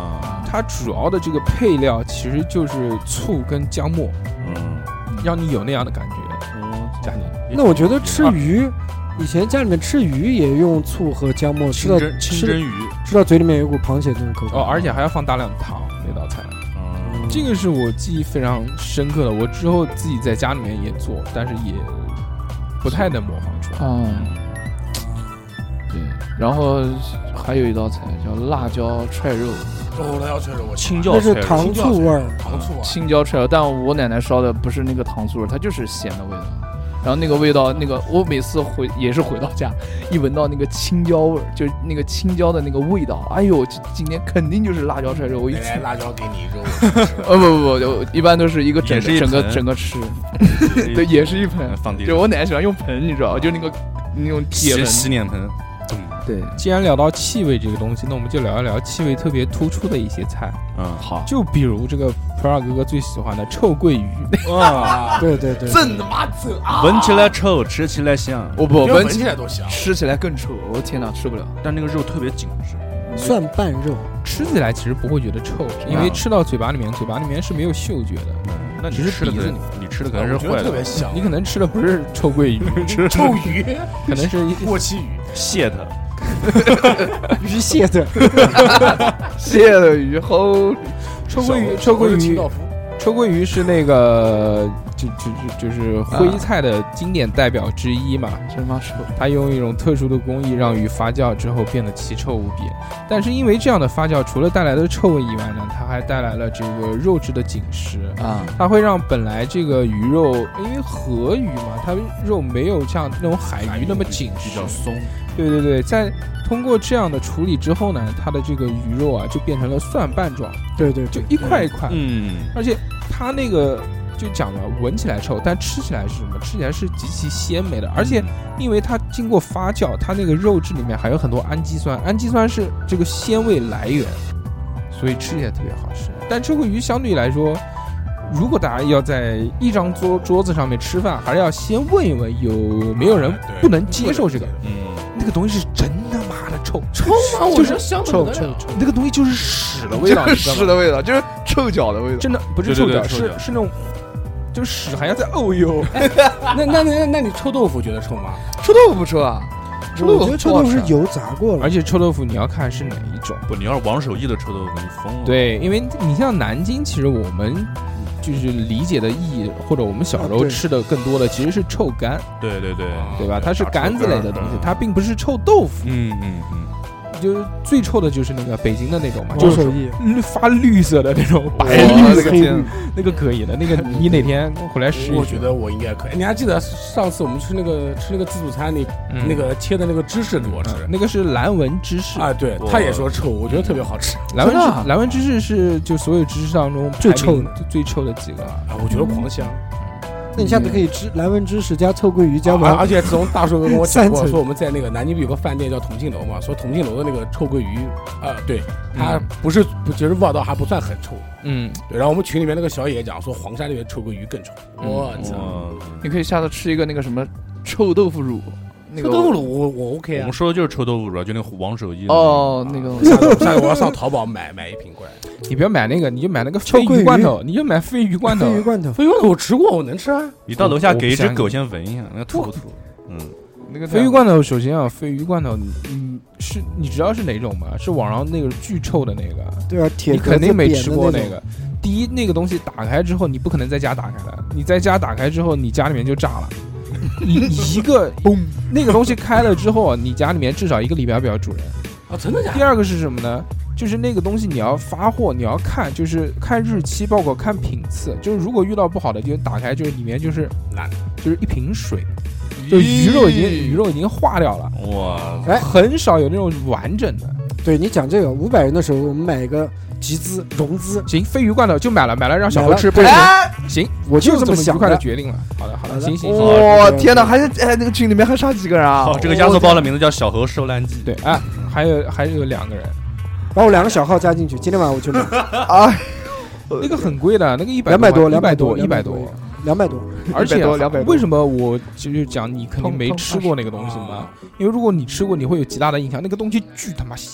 它主要的这个配料其实就是醋跟姜末，让你有那样的感觉。加进去。 那我觉得吃鱼，以前家里面吃鱼也用醋和姜末，吃到吃到嘴里面有一股螃蟹那种口感。 而且还要放大量的糖那道菜。这个是我记忆非常深刻的，我之后自己在家里面也做，但是也不太能模仿出来。 对，然后还有一道菜叫辣椒踹肉。 辣椒踹肉， 青椒那是糖醋味儿， 糖醋啊， 青椒踹肉，但我奶奶烧的不是那个糖醋味，它就是咸的味道。然后那个味道，我每次回到家，一闻到那个青椒味，就是那个青椒的那个味道，哎呦，今天肯定就是辣椒踹肉。我一吃辣椒给你肉， 不，一般都是一个整个吃，对，也是一盆放地上。 就我奶奶喜欢用盆，你知道，就那种铁盆洗脸盆。 对， 既然聊到气味这个东西，那我们就聊一聊气味特别突出的一些菜。 好， 就比如这个普洱哥哥最喜欢的臭鳜鱼。 哇，对， 真他妈臭啊！ 闻起来臭，吃起来香。 闻起来都香， 吃起来更臭。我天哪，吃不了。 但那个肉特别紧实， 蒜瓣肉， 吃起来其实不会觉得臭，因为吃到嘴巴里面是没有嗅觉的。 那你只是鼻子你吃的可能是坏的， 特别香。 你可能吃的不是臭鳜鱼， 臭鱼， 可能是过期鱼， 蟹的。 鱼蟹的， 蟹的鱼齁， 臭鳜鱼是那个就是徽菜的经典代表之一嘛。 真妈臭！ 它用一种特殊的工艺让鱼发酵之后变得奇臭无比。但是因为这样的发酵，除了带来的臭味以外呢，它还带来了这个肉质的紧实啊。它会让本来这个鱼肉，因为河鱼嘛，它肉没有像那种海鱼那么紧实， 比较松。 对，在通过这样的处理之后呢，它的这个鱼肉啊就变成了蒜瓣状。 对， 就一块一块。而且它那个就讲了，闻起来臭，但吃起来是什么？吃起来是极其鲜美的。而且因为它经过发酵，它那个肉质里面还有很多氨基酸，氨基酸是这个鲜味来源，所以吃起来特别好吃。但臭鳜鱼相对来说，如果大家要在一张桌子上面吃饭，还是要先问一问有没有人不能接受这个。那个东西是真他妈的臭吗？ 就是臭， 那个东西就是屎的味道， 屎的味道，就是臭脚的味道， 真的不是臭脚，是那种，就是屎还要再沤油。 那你臭豆腐觉得臭吗？ 臭豆腐不臭啊？ 我觉得臭豆腐是油炸过了， 而且臭豆腐你要看是哪一种。 不，你要是王守义的臭豆腐，你疯了。 对，因为你像南京，其实我们就是理解的意义，或者我们小时候吃的更多的其实是臭干。对吧？它是干子类的东西，它并不是臭豆腐。就是最臭的就是那个北京的那种嘛，就是发绿色的那种白绿色，那个可以的。那个你哪天回来试一试？ 我觉得我应该可以。你还记得上次我们吃那个自助餐，那个切的那个芝士给我吃， 那个是蓝纹芝士啊，对，他也说臭，我觉得特别好吃。 蓝纹芝士是就所有芝士当中最臭的几个啊，我觉得狂香。 那你下次可以吃蓝纹芝士加臭鳜鱼加而且自从大叔哥跟我讲过，说我们在那个南京不有个饭店叫同庆楼嘛，说同庆楼的那个臭鳜鱼，对，它其实味道还不算很臭，对。然后我们群里面那个小野讲说黄山那边臭鳜鱼更臭，我操！ 你可以下次吃一个那个什么臭豆腐乳。 臭豆腐乳我 OK 啊， 我们说的就是臭豆腐乳，就那个王守义那个。 下次我要上淘宝买一瓶过来。 你不要买那个，你就买那个鲱鱼罐头，你就买鲱鱼罐头。 鲱鱼罐头我吃过，我能吃啊。 你到楼下给一只狗先闻一下，那个吐不吐？ 那个鲱鱼罐头，首先啊，鲱鱼罐头，是你知道是哪种吗？是网上那个巨臭的那个。 对啊， 你肯定没吃过那个。第一，那个东西打开之后，你不可能在家打开的。你在家打开之后，你家里面就炸了。你一个嘣，那个东西开了之后，你家里面至少1个礼拜不要住人啊！真的假的？ 第二个是什么呢？就是那个东西你要发货，你要看，就是看日期，包括看品次。就是如果遇到不好的，就打开，就是里面就是就是一瓶水，就鱼肉已经化掉了。 哇！ 很少有那种完整的。 对你讲这个500人的时候，我们买一个集资融资， 行，鲱鱼罐头就买了，让小何吃，行， 我就这么愉快的决定了。好的，行。 哇，天哪，还是那个群里面还差几个人啊？ 好，这个压缩包的名字叫小何收烂记。 对啊，还有2个人， 把我2个小号加进去，今天晚上我就买啊。 那个很贵的，那个 200多 ，200多，而且为什么我就讲你肯定没吃过那个东西嘛？因为如果你吃过，你会有极大的印象，那个东西巨他妈咸。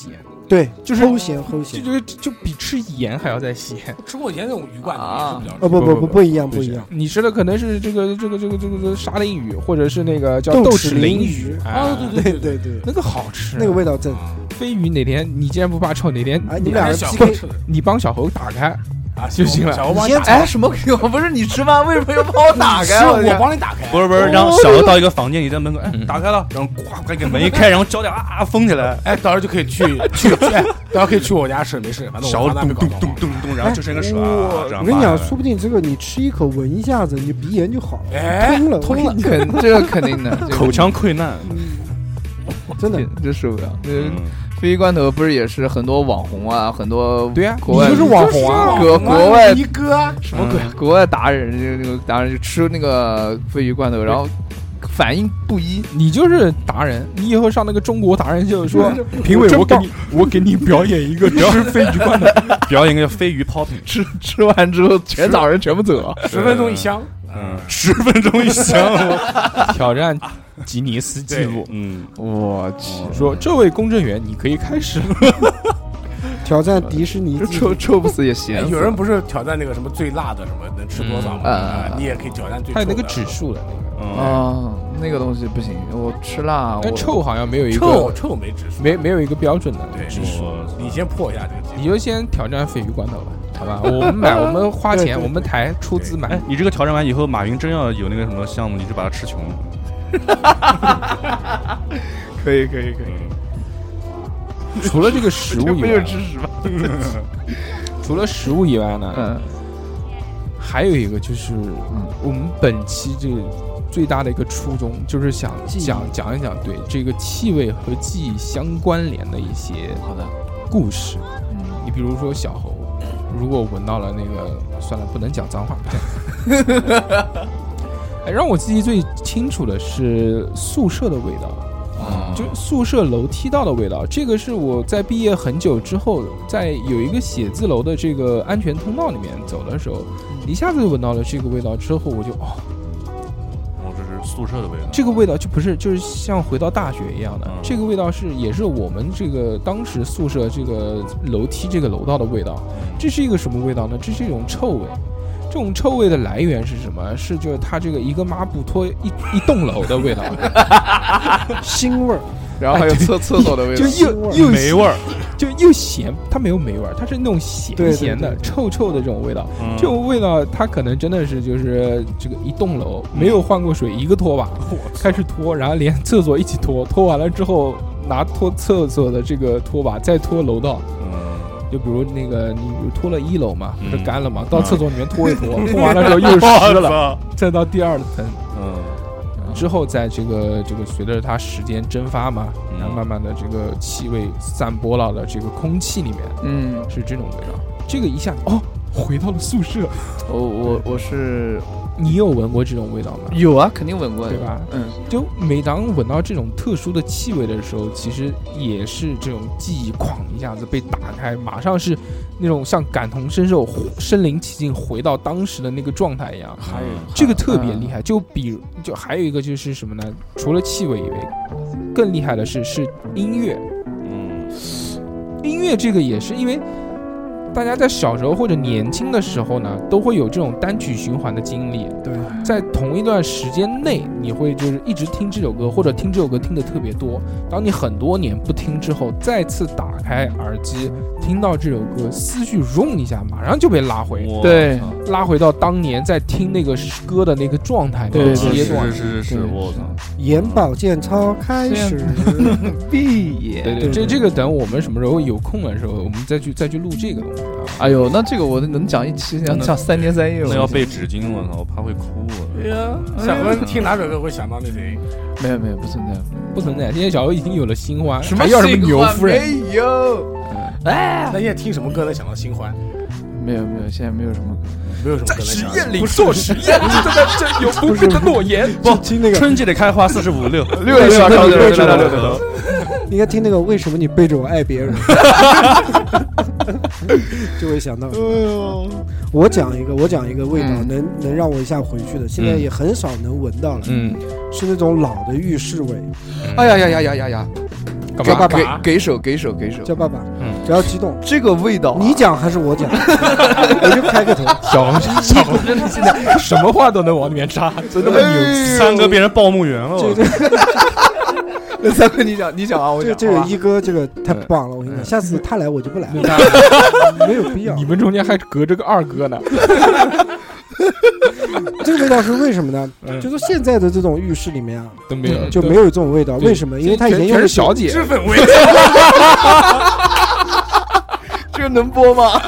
对， 就是齁咸齁咸。 就比吃盐还要再咸。 吃过以前那种鱼罐头啊也是比较不一样不一样。 你吃的可能是这个沙丁鱼，或者是那个叫豆豉鲮鱼。 啊， 对， 那个好吃， 那个味道正。 飞鱼哪天你既然不怕臭，哪天你们俩人小 PK， 吃的你帮小猴打开啊就行了。 小猴帮你打哎，什么梗？不是你吃饭，为什么要帮我打开？ 是我帮你打开， 不是，让小何到一个房间，你在门口，打开了，然后呱给门一开，然后脚点封起来， 哎，到时候就可以去，哎，到时候可以去我家吃，没事，反正小何我帮他们搞咚，然后就剩个蛇。 我跟你讲，说不定这个你吃一口闻一下子，你鼻炎就好了， 哎， 通了， 这个肯定的， 口腔溃烂， 真的这受不了。鲱鱼罐头不是也是很多网红啊，很多对啊， 国外你就是网红啊， 国外一哥什么鬼？国外达人那个达人就吃那个鲱鱼罐头，然后反应不一。 你就是达人，你以后上那个中国达人秀说，评委我给你表演一个吃鲱鱼罐头， 表演个鲱鱼 popping， 吃完之后全早人全部走 ，10分钟一箱 ，10分钟一箱， 挑战吉尼斯纪录。 我去， 说这位公证员，你可以开始挑战迪士尼， 臭不死也行。 有人不是挑战那个什么最辣的什么能吃多少吗？你也可以挑战最。 还有那个指数的那个啊，那个东西不行，我吃辣。 但臭好像没有一个臭没指数， 没有一个标准的指数。你先破一下这个记录， 你就先挑战鲱鱼罐头吧。好吧，我们花钱，我们台出资买。 你这个挑战完以后，马云真要有那个什么项目，你就把它吃穷。 可以。 除了这个食物以外， 知识吧？ 除了食物以外呢，还有一个就是我们本期这个最大的一个初衷，就是想讲一讲对这个气味和记忆相关联的一些好的故事。你比如说小猴，如果闻到了那个，算了，不能讲脏话，不讲。让我记忆最清楚的是宿舍的味道，就宿舍楼梯道的味道。这个是我在毕业很久之后，在有一个写字楼的这个安全通道里面走的时候，一下子闻到了这个味道之后，我就这是宿舍的味道。 这个味道就是像回到大学一样的，这个味道也是我们这个当时宿舍这个楼梯这个楼道的味道。这是一个什么味道呢？这是一种臭味。这种臭味的来源是什么？就是它这个一个抹布拖一栋楼的味道， 腥味儿， 然后还有厕所的味道， 就又霉味儿， 就又咸，它没有霉味儿，它是那种咸的、臭的这种味道。这种味道它可能真的是就是这个一栋楼没有换过水，一个拖把开始拖，然后连厕所一起拖，拖完了之后拿拖厕所的这个拖把再拖楼道。就比如那个，你比如拖了1楼嘛，不是干了嘛，到厕所里面拖一拖，拖完了之后又湿了，再到第2层，之后在这个随着它时间蒸发嘛，然后慢慢的这个气味散播到了这个空气里面，是这种味道。这个一下回到了宿舍。 我是。 你有闻过这种味道吗？ 有啊，肯定闻过， 对吧？就每当闻到这种特殊的气味的时候，其实也是这种记忆哐一下子被打开，马上是那种像感同身受、身临其境回到当时的那个状态一样。这个特别厉害。就还有一个就是什么呢？除了气味以外，更厉害的是音乐。音乐这个也是因为。大家在小时候或者年轻的时候呢，都会有这种单曲循环的经历。 对， 在同一段时间内，你会就是一直听这首歌，或者听这首歌听得特别多。当你很多年不听之后，再次打开耳机，听到这首歌，思绪嗡一下，马上就被拉回， 对， 拉回到当年在听那个歌的那个状态、那个阶段。 是，我操！ 眼保健操开始闭眼。 对，这个等我们什么时候有空的时候，我们再去录这个东西。 哎呦，那这个我能讲一期，能讲3天3夜。 那要备纸巾，我操，我怕会哭。 对呀，小何听哪首歌会想到那谁？ 没有，不存在。 现在小何已经有了新欢， 什么要什么牛夫人？ 没有。 哎，那现在听什么歌能想到新欢？ 没有，现在没有什么歌。 没有什么歌能实想到。 验里做实验，这有不变的诺言。 不听那个春季的开花45、6 头，应该听那个为什么你背着我爱别人，就会想到。我讲一个味道，能让我一下回去的，现在也很少能闻到了。是那种老的浴室味。 哎呀， 干嘛？ 叫爸爸， 给手， 叫爸爸， 嗯只要激动， 这个味道啊， 你讲还是我讲，我就开个头。 小红真的现在什么话都能往里面插，真的牛。 三哥变成报幕员了， 这那三哥你讲啊，我讲。 这个一哥这个太棒了，我跟你讲，下次他来我就不来了，没有必要。 你们中间还隔着个二哥呢。 这个味道是为什么呢？就说现在的这种浴室里面啊， 都没有， 就没有这种味道。 对为什么？因为他以前全用的是小姐， 脂粉味。 这个能播吗？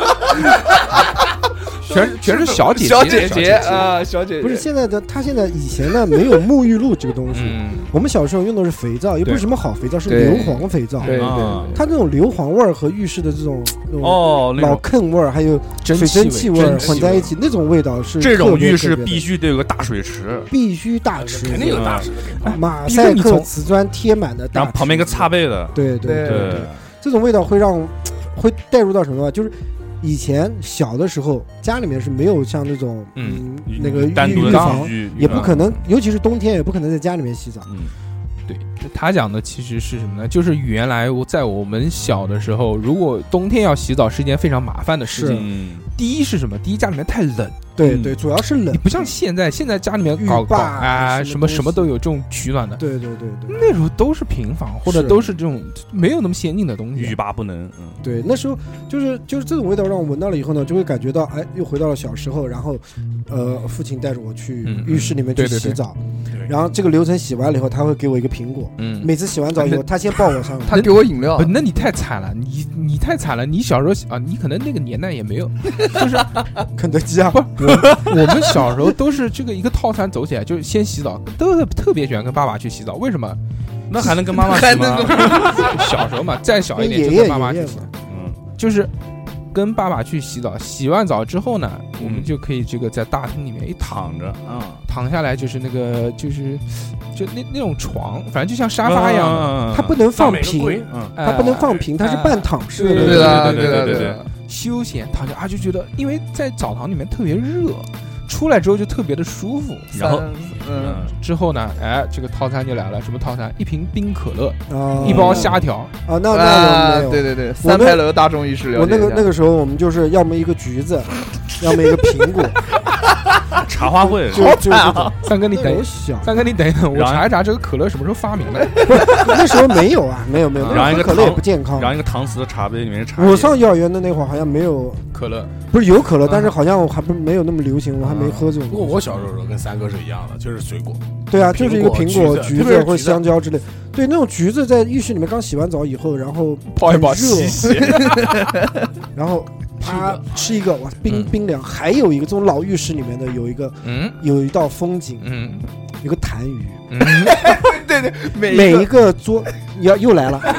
全是小姐小姐姐啊，小姐姐不是现在的，他现在以前呢没有沐浴露这个东西。我们小时候用的是肥皂，也不是什么好肥皂，是硫磺肥皂。 对啊它这种硫磺味儿和浴室的这种老哦那种坑味儿，还有水蒸气味儿混在一起，那种味道是这种浴室特别特别的必须得有个大水池， 必须大池， 肯定有大池的。 马赛克瓷砖贴满的大池， 然后旁边一个擦背的， 对对， 这种味道会带入到什么呢？就是以前小的时候，家里面是没有像那种那个单独的浴房， 浴也不可能，尤其是冬天也不可能在家里面洗澡。 对，他讲的其实是什么呢？就是原来在我们小的时候，如果冬天要洗澡是一件非常麻烦的事情。第一是什么？第一家里面太冷， 对，主要是冷。 你不像现在家里面搞啊什么都有这种取暖的。 对， 那时候都是平房或者都是这种没有那么先进的东西。 欲罢不能。 对，那时候就是这种味道让我闻到了以后呢，就会感觉到哎，又回到了小时候。然后父亲带着我去浴室里面去洗澡，然后这个流程洗完了以后，他会给我一个苹果。每次洗完澡以后，他先抱我上来， 他给我饮料。 那你太惨了，你太惨了。你小时候啊，你可能那个年代也没有。就是肯德基啊， 不，我们小时候都是这个一个套餐走起来，就是先洗澡，都特别喜欢跟爸爸去洗澡。为什么？ 那还能跟妈妈洗吗？ 小时候嘛，再小一点就跟爸妈去洗。就是跟爸爸去洗澡，洗完澡之后呢，我们就可以这个在大厅里面一躺着，躺下来就是那个就那种床，反正就像沙发一样的， 它不能放平，它不能放平，它是半躺式的。 对。 休闲躺着啊，就觉得因为在澡堂里面特别热，出来之后就特别的舒服。 然后之后呢，这个套餐就来了，什么套餐？一瓶冰可乐，一包虾条啊，那对，三牌楼大众浴室。 我那个时候我们就是要么一个橘子，要么一个苹果。 茶话会， 就三哥你等一等，我查一查这个可乐什么时候发明的。 那时候没有啊，没有， 然后一个可乐也不健康。 然后一个搪瓷的茶杯里面是茶。 我上幼儿园的那会儿好像没有可乐， 不是有可乐，但是好像还不没有那么流行，我还没喝这种。 不过我小时候跟三哥是一样的，就是水果。 对啊，就是一个苹果、橘子或香蕉之类。对，那种橘子在浴室里面刚洗完澡以后，然后泡一泡洗， 然后。他吃一个哇，冰凉。还有一个这种老浴室里面的有一道风景，有个痰盂， 对， 每一个桌又来了。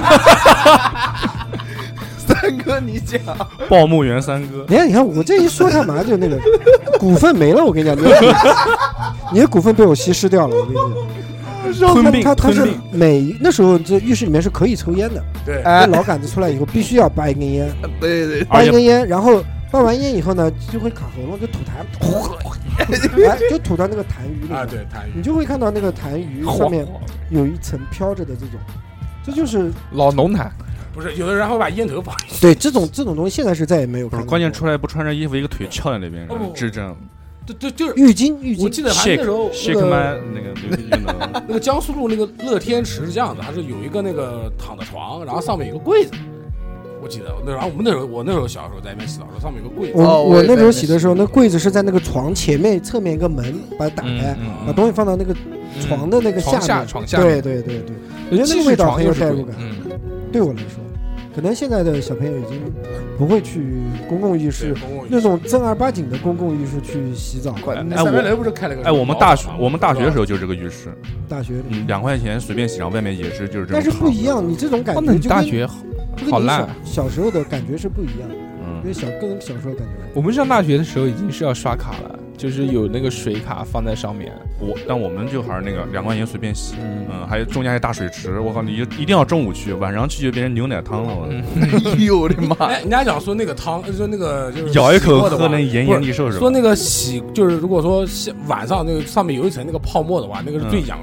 三哥，你讲报幕员三哥， 你看我这一说他马上就那个股份没了，我跟你讲，你的股份被我稀释掉了，我跟你讲。他是那时候这浴室里面是可以抽烟的， 对， 老杆子出来以后必须要扒一根烟， 对， 扒一根烟，然后扒完烟以后呢就会卡喉咙，就吐痰，就吐到那个痰盂里啊，对，痰盂， 你就会看到那个痰盂上面有一层飘着的这种，这就是老浓痰。 不是，有的人还会把烟头放进去。 对，这种东西现在是再也没有看到。 关键出来不穿着衣服，一个腿翘在那边，智障。 对，就是浴巾。 我记得还那时候那个江苏路那个乐天池是这样的，它是有一个那个躺的床，然后上面有一个柜子。我记得然后我那时候小时候在那边洗澡的时候，上面有个柜子。 我那时候洗的时候，那柜子是在那个床前面侧面一个门，把它打开，把东西放到那个床的那个下面。 床下。 对，我觉得那个味道很有代入感。对我来说。可能现在的小朋友已经不会去公共浴室那种正儿八经的公共浴室去洗澡。 三边楼不是开了个？ 我们大学的时候就是这个浴室， 大学 2块钱随便洗，然后外面也是就是这种。 但是不一样，你这种感觉就大学好烂， 小时候的感觉是不一样的。因为跟小时候感觉， 我们上大学的时候已经是要刷卡了，就是有那个水卡放在上面。 但我们就还是那个2块钱随便洗，还有中间还有大水池。我靠，你一定要中午去，晚上去就变成牛奶汤了。 哎呦我的妈！ 人家讲说那个汤，说那个就是咬一口喝那炎炎利寿是吧？ 说那个就是如果说晚上那个上面有一层那个泡沫的话，那个是最养人的。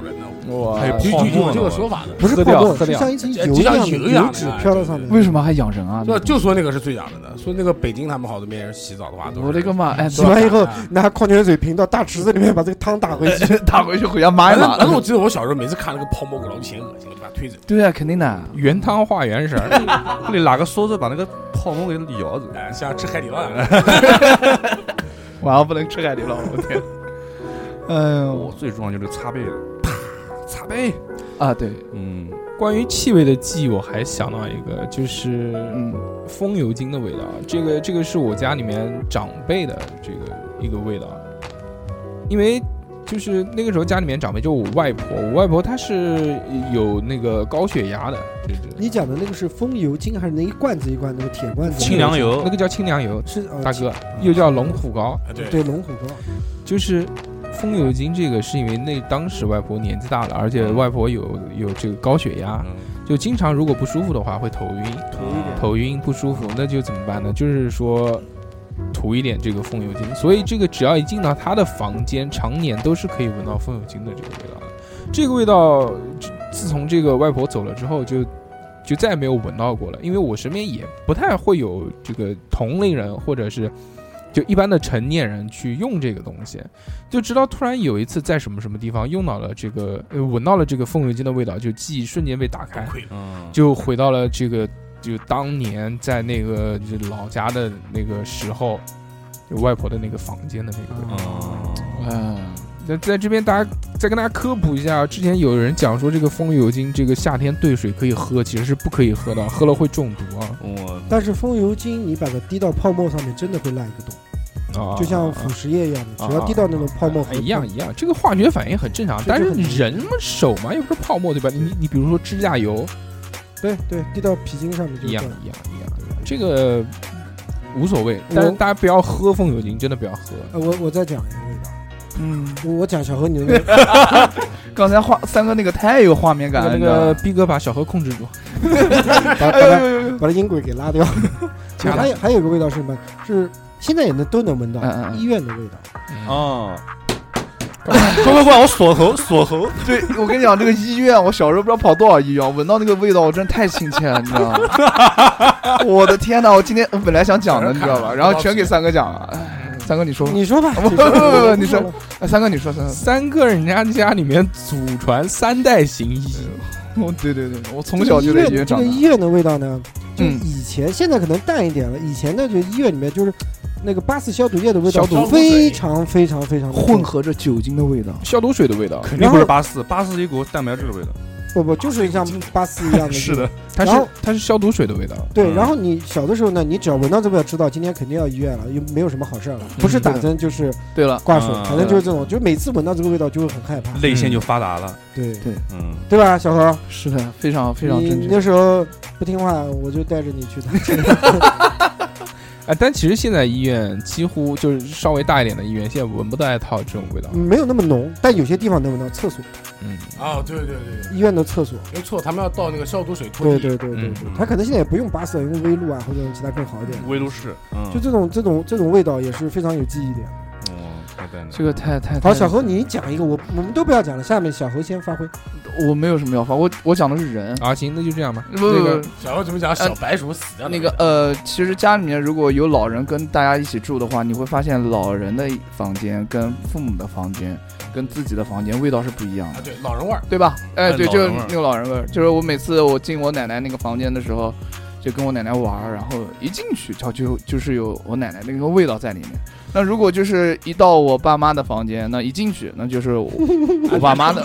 哇还有有这个说法的， 不是喝泡沫，是掉喝掉像一层就像油一样的油一样的油脂飘到上面。 为什么还养人啊？ 就说那个是最养人的，说那个北京他们好多边人洗澡的话，都是我的个妈！哎， 洗完以后拿矿泉水瓶到大池子里面把这个汤打回去。 打回去回家抹一抹。 反正我记得我小时候每次看那个泡沫狗，老嫌恶心，我就把它推走。 对啊，肯定的。 原汤化原食儿， 你拿个梳子把那个泡沫给咬走。 哎，像吃海底捞一样。 晚上不能吃海底捞，我天！ 我最重要就是擦背的，啪擦背。 啊，对， 关于气味的记忆，我还想到一个，就是风油精的味道。这个是我家里面长辈的这个一个味道，因为就是那个时候家里面长辈就我外婆她是有那个高血压的。 你讲的那个是风油精还是那一罐子一罐那个铁罐子？ 清凉油那个叫清凉油， 是大哥，又叫龙虎膏。 对龙虎膏， 就是风油精这个是因为当时外婆年纪大了，而且外婆有这个高血压，就经常如果不舒服的话会头晕不舒服，那就怎么办呢？就是说涂一点这个风油精，所以这个只要一进到她的房间，常年都是可以闻到风油精的这个味道的。这个味道自从这个外婆走了之后就再也没有闻到过了，因为我身边也不太会有这个同龄人或者是就一般的成年人去用这个东西，就直到突然有一次在什么什么地方用到了这个闻到了这个风油精的味道，就记忆瞬间被打开，就回到了这个就当年在那个就老家的那个时候，就外婆的那个房间的那个味道。在这边再跟大家科普一下，之前有人讲说这个风油精这个夏天兑水可以喝，其实是不可以喝的，喝了会中毒啊。 但是风油精你把它滴到泡沫上面，真的会烂一个洞，就像腐蚀液一样的，只要滴到那种泡沫一样，这个化学反应很正常。但是人嘛手嘛又不是泡沫对吧？你比如说指甲油， 对，滴到皮筋上面就一样，这个无所谓，但是大家不要喝风油精，真的不要喝。 我再讲一个味道。我讲小何你的刚才三哥那个太有画面感了， 那个逼哥把小何控制住， 把他音轨给拉掉。还有一个味道是什么？是现在也都能闻到医院的味道。 快，我锁喉。 对，我跟你讲，这个医院，我小时候不知道跑多少医院，闻到那个味道，我真的太亲切了，你知道吗？我的天哪！我今天本来想讲的，你知道吧？然后全给三哥讲了。三哥，你说吧。不，你说。三哥，你说。 三哥，人家家里面祖传3代行医。 对，我从小就在医院长大。 这个医院的味道呢，就以前现在可能淡一点了。以前呢，就医院里面就是那个8四消毒液的味道，非常混合着酒精的味道， 消毒水的味道， 肯定不是8四一股蛋白质的味道。 不，就是像8四一样的。 是的， 它是消毒水的味道。 对，然后你小的时候呢，你只要闻到这味道，知道今天肯定要医院了，又没有什么好事了，不是打针就是对了挂水，反正就是这种，就每次闻到这个味道就会很害怕， 泪腺就发达了。 对，对吧，小何？ 是的，非常正确。 你那时候不听话，我就带着你去的。 但其实现在医院几乎就是稍微大一点的医院，现在闻不带套这种味道， 没有那么浓，但有些地方能闻到。厕所， 对， 医院的厕所， 没错，他们要倒那个消毒水拖地。 对，他可能现在也不用8四，用微露啊或者其他更好一点。 微露式， 就这种味道也是非常有记忆点。 这个太好，小何你讲一个，我们都不要讲了，下面小何先发挥。 我没有什么要发，我讲的是人啊，行，那就这样吧。 那个小何怎么讲？小白鼠死掉那个其实家里面如果有老人跟大家一起住的话，你会发现老人的房间跟父母的房间跟自己的房间味道是不一样的。 对，老人味儿， 对吧？对，就是那个老人味儿。就是我每次我进我奶奶那个房间的时候，就跟我奶奶玩，然后一进去就是有我奶奶那个味道在里面。那如果就是一到我爸妈的房间，那一进去那就是我爸妈的，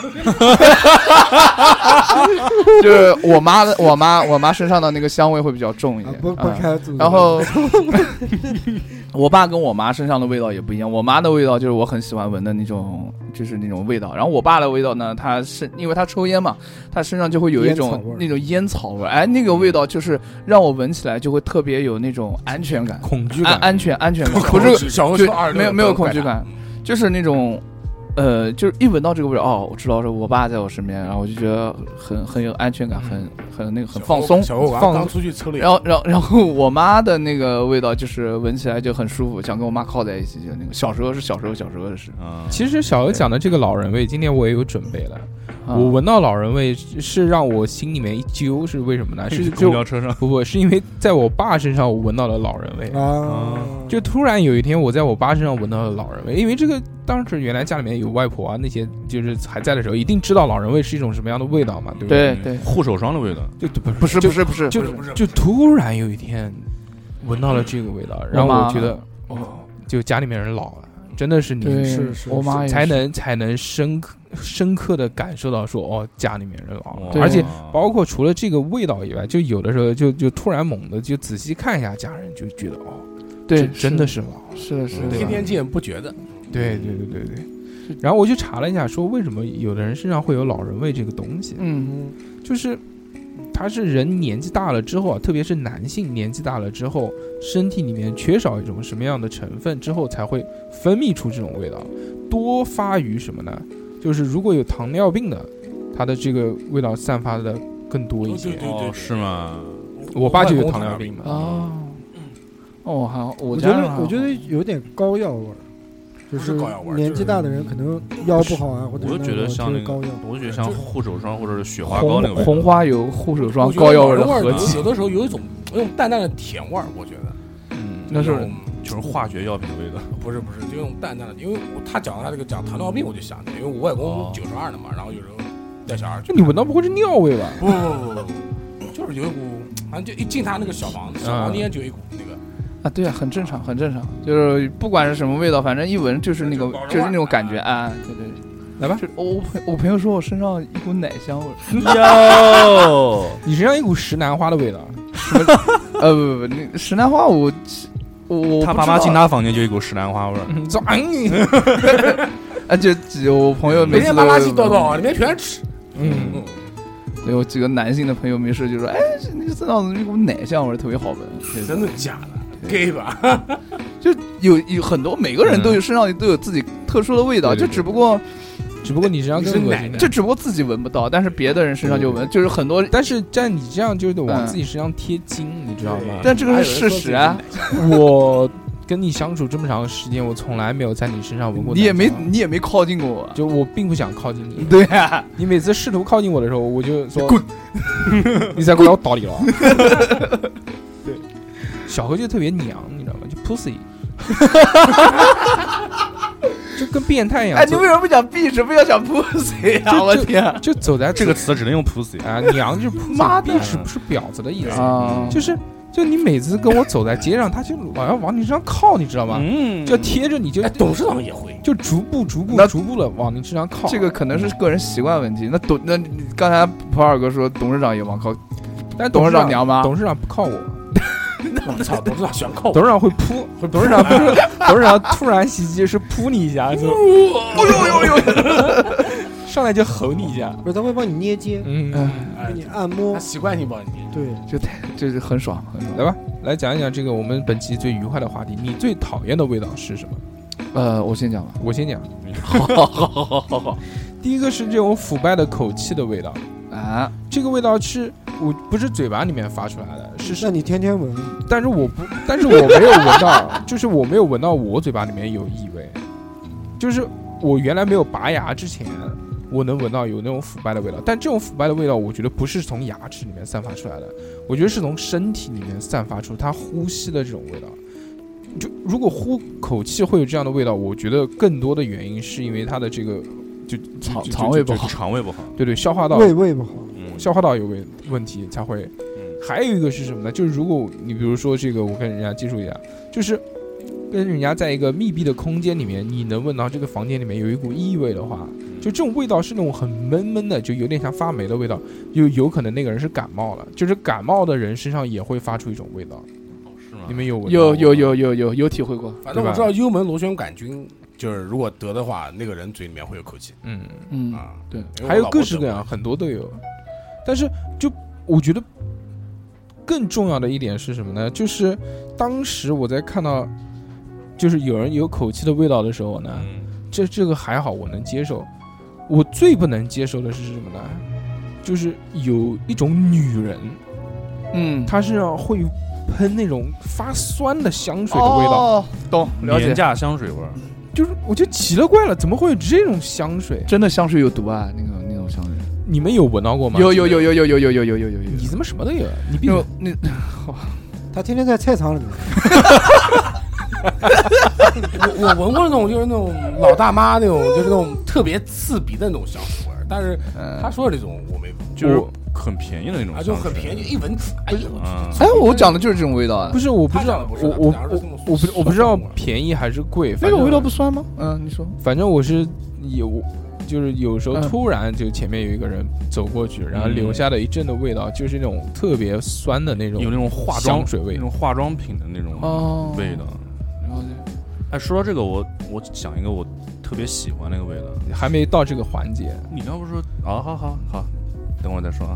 就是我妈身上的那个香味会比较重一点。然后我爸跟我妈身上的味道也不一样。我妈的味道就是我很喜欢闻的那种，就是那种味道。然后我爸的味道呢，因为他抽烟嘛，他身上就会有一种那种烟草味。那个味道就是让我闻起来就会特别有那种安全感、 恐惧感、 安全感，不是就没有恐惧感，就是那种就是一闻到这个味道，哦，我知道是我爸在我身边，然后我就觉得很有安全感，很那个很放松， 小猴放刚出去抽了一然后我妈的那个味道就是闻起来就很舒服，想跟我妈靠在一起，就那个小时候的事。 其实小何讲的这个老人味，今天我也有准备了。 啊我闻到老人味是让我心里面一揪，是为什么呢？是公交车上不，是因为在我爸身上我闻到了老人味。 啊， 就突然有一天我在我爸身上闻到了老人味，因为这个当时原来家里面有外婆啊那些，就是还在的时候，一定知道老人味是一种什么样的味道嘛，对不对？ 对， 护手霜的味道， 不是， 就突然有一天闻到了这个味道，然后我觉得就家里面人老了，真的是你是我妈也是才能深刻的感受到说家里面人老了， 对而且包括除了这个味道以外，就有的时候就突然猛的就仔细看一下家人，就觉得对， 真的是老了， 是的， 天天见不觉得。 对。然后我就查了一下，说为什么有的人身上会有老人味这个东西，就是他是人年纪大了之后啊，特别是男性年纪大了之后，身体里面缺少一种什么样的成分之后才会分泌出这种味道，多发于什么呢？就是如果有糖尿病的，他的这个味道散发的更多一些。 对， 是吗？ 我爸就有糖尿病嘛。 好， 我觉得有点膏药味儿。就是年纪大的人可能腰不好啊，或者我就觉得像那个膏药， 我就觉得像护手霜或者是雪花膏那个味道， 红花油、护手霜、膏药味的合体， 有的时候有一种淡淡的甜味儿，我觉得， 那是就是化学药品的味道。 不是，就用淡淡的，因为他讲他这个讲糖尿病，我就想起来，因为我外公92的嘛，然后有时候带小孩， 就你闻到不会是尿味吧？ 不，就是有一股，好像就一进他那个小房间就有一股那个。 啊，对啊，很正常，就是不管是什么味道，反正一闻就是那个，就是那种感觉啊，对， 来吧。 我朋友说我身上一股奶香味， 哟， 你身上一股石楠花的味道。 不，那石楠花我他爸妈进他房间就一股石楠花味儿，就我朋友每天把垃圾倒到里面全吃， 对，我几个男性的朋友没事就说，你身上一股奶香味特别好闻， 真的假的？gay 吧， 就有很多，每个人都有身上都有自己特殊的味道，就只不过你身上更恶心， 就只不过自己闻不到，但是别的人身上就闻，就是很多。 但是你这样就得往自己身上贴金，你知道吗？ 但这个是事实啊。 我跟你相处这么长时间，我从来没有在你身上闻过。 你也没靠近过我， 就我并不想靠近你。 对啊， 你每次试图靠近我的时候，我就说滚，你再过来我倒你了。对。小何就特别娘，你知道吗？就 pussy， 就跟变态一样。 你为什么不讲 bitch，不要讲 pussy 啊？我天， 就走在这个词只能用 pussy 啊，娘就是 pussy，bitch 不是婊子的意思啊， 就你每次跟我走在街上，他就老要往你身上靠，你知道吗？就贴着你就。 董事长也会， 就逐步的往你身上靠。 这个可能是个人习惯问题。那刚才普洱哥说董事长也往靠， 但董事长娘吗？ 董事长不靠我。 我操！董事长喜欢靠我， 董事长会扑，董事长突然袭击是扑你一下，就上来就吼你一下， 不是他会帮你捏肩，给你按摩， 他习惯性帮你捏， 对， 就是很爽。 来吧，来讲一讲这个我们本期最愉快的话题，你最讨厌的味道是什么？ 我先讲吧， 我先讲。 好。 第一个是这种腐败的口气的味道啊， 这个味道是我不是嘴巴里面发出来的， 那你天天闻， 但是我没有闻到，就是我没有闻到我嘴巴里面有异味，就是我原来没有拔牙之前，我能闻到有那种腐败的味道，但这种腐败的味道，我觉得不是从牙齿里面散发出来的，我觉得是从身体里面散发出他呼吸的这种味道。就如果呼口气会有这样的味道，我觉得更多的原因是因为他的这个就肠胃不好， 肠胃不好， 对，消化道胃不好， 消化道有问题才会。还有一个是什么呢？就是如果你比如说这个，我跟人家接触一下，就是跟人家在一个密闭的空间里面，你能闻到这个房间里面有一股异味的话，就这种味道是那种很闷的，就有点像发霉的味道，有可能那个人是感冒了，就是感冒的人身上也会发出一种味道。你们有闻到？ 有体会过。 反正我知道幽门螺旋杆菌，就是如果得的话，那个人嘴里面会有口气。 对， 还有各式各样，很多都有。但是就我觉得更重要的一点是什么呢？就是当时我在看到就是有人有口气的味道的时候呢， 这个还好，我能接受。我最不能接受的是什么呢？就是有一种女人，她身上会喷那种发酸的香水的味道， 哦，懂了解廉。价香水味儿。 就是我就奇了怪了，怎么会有这种香水？ 真的香水有毒啊，那种香水。 你们有闻到过吗？ 有。 你怎么什么都有？你闭嘴！ 那他天天在菜场里面， 我闻过那种就是那种老大妈那种就是那种特别刺鼻的那种香水味儿，但是他说的这种我没闻过， 就是很便宜的那种啊， 香水， 就很便宜，一闻，哎呦， 哎，我讲的就是这种味道啊。 不是，我不知道，我不知道便宜还是贵， 那个味道不酸吗？你说。 反正我是就是有时候突然就前面有一个人走过去，然后留下的一阵的味道，就是那种特别酸的那种， 有那种化妆香水味， 那种化妆品的那种味道。哎，说到这个，我想一个我特别喜欢那个味道， 还没到这个环节。 你刚不是说啊？好，等会儿再说啊。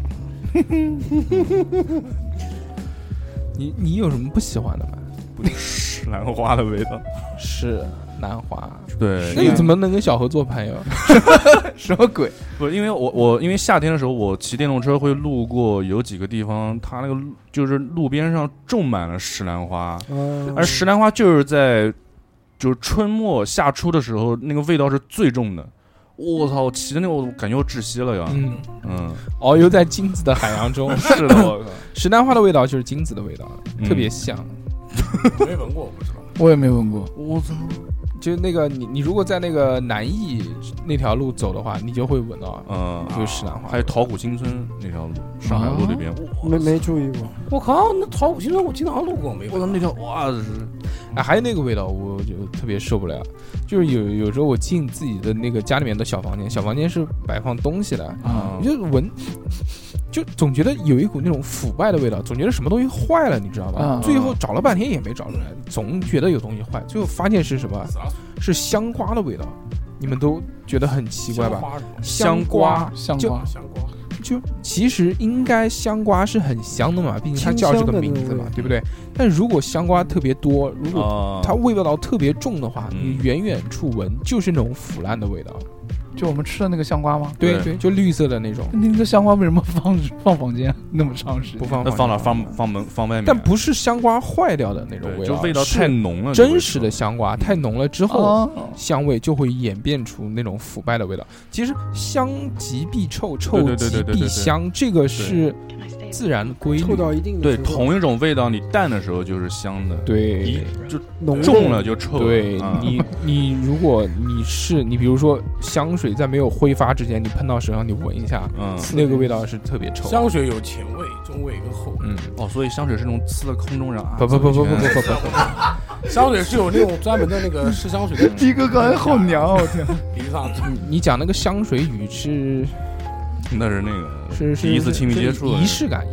你有什么不喜欢的吗？ 石兰花的味道， 是兰花。 对， 那你怎么能跟小何做朋友？ 什么鬼？ 不，因为我因为夏天的时候，我骑电动车会路过有几个地方，它那个就是路边上种满了石兰花，而石兰花就是在就是春末夏初的时候，那个味道是最重的。我操！我骑的那个，我感觉我窒息了呀。 遨游在金子的海洋中。 是的，我靠， 石兰花的味道就是金子的味道，特别香。 没闻过，我不知道。 我也没闻过。 我操！ 就那个你如果在那个南艺那条路走的话，你就会闻到，就是石兰花。 还有桃谷新村那条路，上海路那边， 没注意过。 我靠，那桃谷新村我经常路过，没闻到那条哇是。 还有那个味道，我就特别受不了。就是有时候我进自己的那个家里面的小房间，小房间是摆放东西的，我就闻，就总觉得有一股那种腐败的味道，总觉得什么东西坏了，你知道吧？最后找了半天也没找出来，总觉得有东西坏，最后发现是什么？是香瓜的味道。你们都觉得很奇怪吧？香瓜。就其实应该香瓜是很香的嘛，毕竟它叫这个名字嘛，对不对？但如果香瓜特别多，如果它味道特别重的话，你远远处闻就是那种腐烂的味道。 就我们吃的那个香瓜吗？ 对，就绿色的那种。 那个香瓜为什么放房间那么长时间？ 不放， 那放哪？放外面。 但不是香瓜坏掉的那种味道， 就味道太浓了。 真实的香瓜太浓了之后，香味就会演变出那种腐败的味道。其实香即必臭，臭即必香，这个是自然的规律。 臭到一定的对，同一种味道，你淡的时候就是香的， 对， 就重了就臭。 对你如果你比如说香水在没有挥发之前，你喷到手上，你闻一下，那个味道是特别臭。 香水有前味、中味跟后味。 所以香水是那种呲在空中上。 不， 香水是有那种专门的那个试香水的。 逼哥刚才好娘，我天！ 鼻子上， 你讲那个香水雨是？ 那是那个是第一次亲密接触， 仪式感。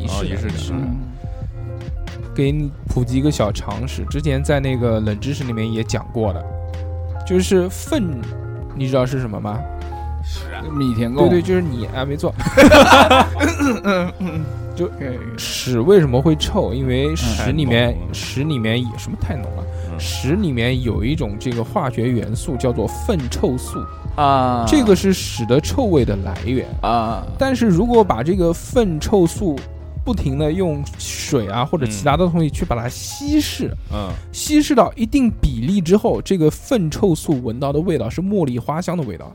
给你普及一个小常识，之前在那个冷知识里面也讲过的，就是粪，你知道是什么吗？ 米田共。 对，就是你没错。就屎为什么会臭？因为屎里面什么太浓了？屎里面有一种这个化学元素叫做粪臭素啊， 这个是屎的臭味的来源啊。 但是如果把这个粪臭素不停的用水啊或者其他的东西去把它稀释，稀释到一定比例之后，这个粪臭素闻到的味道是茉莉花香的味道。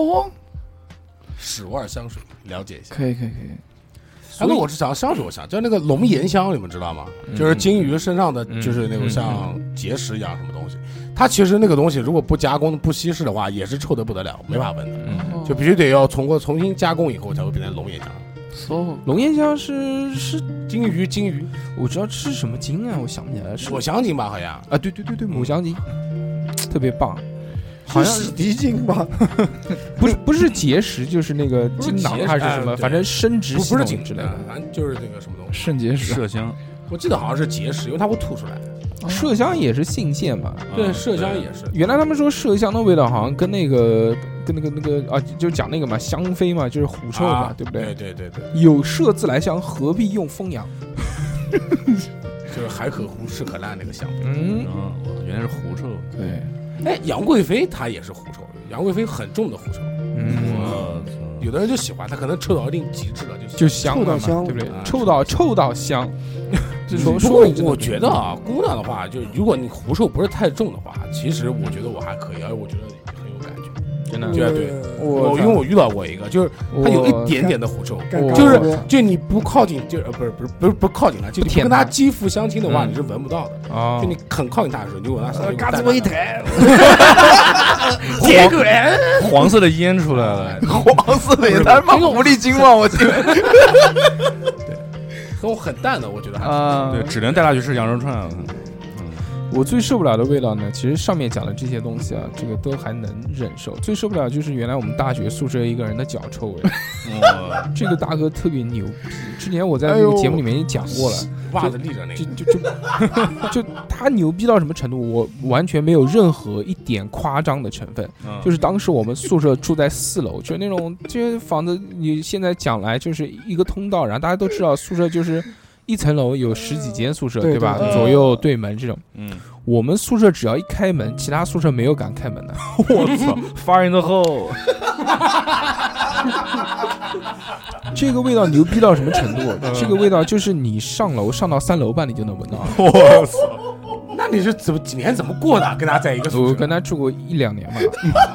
屎味香水，了解一下。 可以。 那我是想香水，我想就那个龙涎香，你们知道吗？就是金鱼身上的，就是那种像结石一样什么东西。它其实那个东西如果不加工不稀释的话，也是臭得不得了，没法闻的。就必须得要重新加工以后才会变成龙涎香。 龙涎香是金鱼， 我知道是什么金啊，我想不起来了。 抹香鲸吧，好像啊，对，抹香鲸，特别棒。 好像洗涤精吧？ 不是结石，就是那个精囊还是什么，反正生殖系统之类的， 反正就是那个什么东西， 肾结石、 麝香。 我记得好像是结石，因为它会吐出来。 麝香也是性腺嘛？ 对，麝香也是。 原来他们说麝香的味道好像跟那个啊，就讲那个嘛，香妃嘛，就是狐臭嘛，对不对？ 对。 有麝自来香，何必用风扬？ 就是海可枯，石可烂那个香。 原来是狐臭。 对。 哎，杨贵妃她也是狐臭， 杨贵妃很重的狐臭。 我操有的人就喜欢，他可能臭到一定极致了， 就香了嘛， 臭到香对不对？ 啊臭到香。 不过我觉得啊，姑娘的话，就如果你狐臭不是太重的话，其实我觉得我还可以，而且我觉得很有感觉。 真的， 对，因为我遇到过一个，就是他有一点点的狐臭， 干就是干就你不靠近，就不是靠近了，就你不跟他肌肤相亲的话，你是闻不到的。 啊就你很靠近他的时候，你闻他身上嘎吱我一抬， 铁鬼， 黄色的烟出来了， 黄色的也他妈狐狸精嘛，我记得和我很淡的，我觉得还啊， 对，只能带他去吃羊肉串了。 我最受不了的味道呢，其实上面讲的这些东西啊，这个都还能忍受。最受不了就是原来我们大学宿舍一个人的脚臭味。这个大哥特别牛逼，之前我在这个节目里面也讲过了， 袜子立着那个， 就他牛逼到什么程度，我完全没有任何一点夸张的成分。就是当时我们宿舍住在4楼，就是那种这些房子，你现在讲来就是一个通道，然后大家都知道宿舍就是一层楼有10几间宿舍， 对对吧？ 对左右对门这种。 嗯， 我们宿舍只要一开门，其他宿舍没有敢开门的。 我操，Fire in the hole， 这个味道牛逼到什么程度？这个味道就是你上楼上到3楼半，你就能闻到。 我操， 那你是几年怎么过的？跟他在一个宿舍？ 我跟他住过1-2年吧。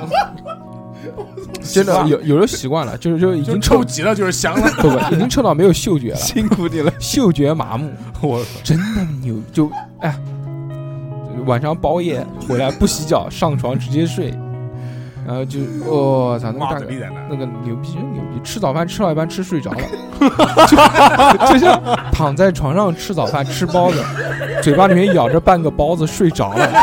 真的有了习惯了，就已经臭极了，就是香了。 不，已经臭到没有嗅觉了， 辛苦你了， 嗅觉麻木。 我真的牛，就哎，晚上包夜回来不洗脚，上床直接睡，然后就我操，那个大哥袜子立在那， 那个牛逼真牛逼，吃早饭吃到一半吃睡着了，就像躺在床上吃早饭吃包子，嘴巴里面咬着半个包子睡着了，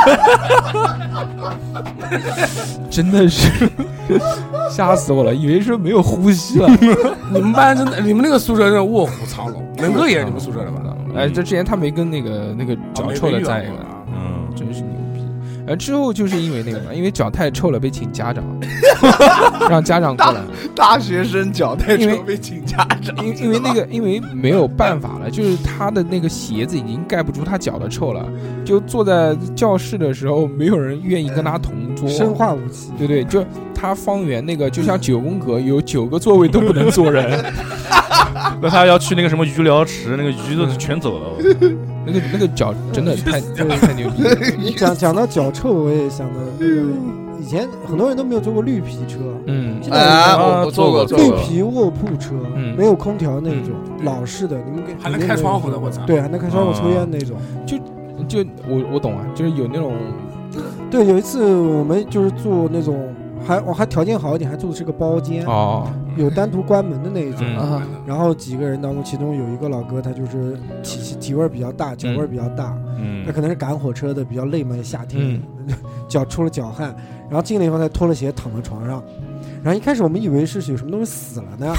真的是吓死我了，以为是没有呼吸了。 你们班真的，你们那个宿舍真的卧虎藏龙。能哥也是你们宿舍的吧？ 哎，这之前他没跟那个脚臭的在一个，真是牛逼。之后就是因为那个嘛，因为脚太臭了被请家长，让家长过来。 大学生脚太因为臭被请家长， 因为没有办法了，就是他的那个鞋子已经盖不住他脚的臭了，就坐在教室的时候，没有人愿意跟他同桌。 生化武器， 对对，就他方圆那个就像9宫格，有9个座位都不能坐人。 那他要去那个什么鱼疗池，那个鱼都全走了。 那个脚真的太牛逼了。 你讲到脚臭，我也想到那个以前很多人都没有坐过绿皮车，现在我坐过绿皮卧铺车，没有空调那种老式的，你们还能开窗户的，我操！ 对，还能开窗户抽烟那种。 就我懂啊，就是有那种， 对，有一次我们就是住那种。我还条件好一点，还住的是个包间哦， 有单独关门的那一种。然后几个人当中，其中有一个老哥，他就是体味比较大，脚味比较大。他可能是赶火车的，比较累嘛，夏天，脚出了脚汗。然后进了以后，他脱了鞋躺在床上。然后一开始我们以为是有什么东西死了呢，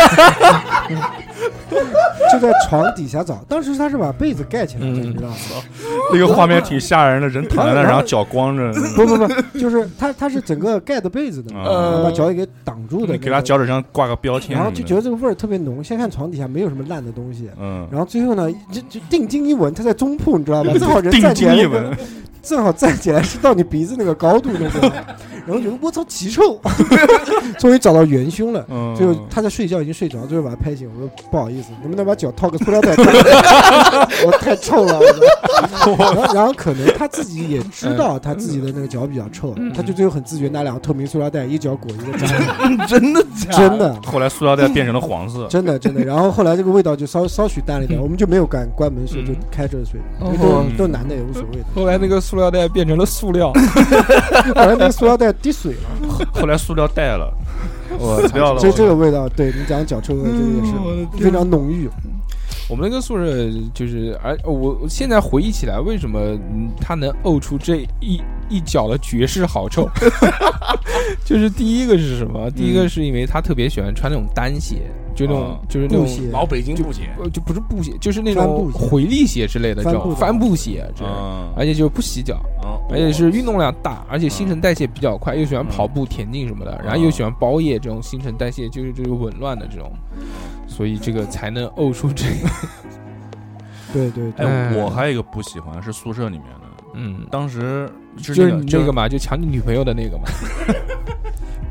就在床底下找。当时他是把被子盖起来的，你知道吗？ 那个画面挺吓人的，人躺在那，然后脚光着。 不，就是他是整个盖的被子的，把脚也给挡住的。 你给他脚趾上挂个标签， 然后就觉得这个味儿特别浓。先看床底下没有什么烂的东西，然后最后呢，就定睛一闻，他在中铺，你知道吧？正好人站起来，正好站起来是到你鼻子那个高度那种，然后觉得我操奇臭，终于找到元凶了。最后他在睡觉，已经睡着，最后把他拍醒。我说不好意思，能不能把脚套个塑料袋？我太臭了。然后可能他自己也知道他自己的那个脚比较臭，他就最后很自觉拿2个透明塑料袋，一脚裹一个扎。 真的假的？ 真的。 后来塑料袋变成了黄色。 真的。然后后来这个味道就稍许淡了一点，我们就没有敢关门睡，就开着睡，都男的也无所谓的。 后来那个塑料袋变成了塑料， 后来那个塑料袋滴水了， 后来塑料袋了， 我操！这个味道，对你讲脚臭味，这个也是非常浓郁。 我们那个宿舍就是，我现在回忆起来，为什么他能沤出这一脚的绝世好臭？就是第一个是什么？第一个是因为他特别喜欢穿那种单鞋，就那种就是那种老北京布鞋， 就不是布鞋，就是那种回力鞋之类的这种帆布鞋，而且就不洗脚，而且是运动量大，而且新陈代谢比较快，又喜欢跑步、田径什么的，然后又喜欢包夜这种新陈代谢就是紊乱的这种。所以这个才能沤出这个。 对。 我还有一个不喜欢是宿舍里面的，当时就是那个嘛，就抢你女朋友的那个嘛。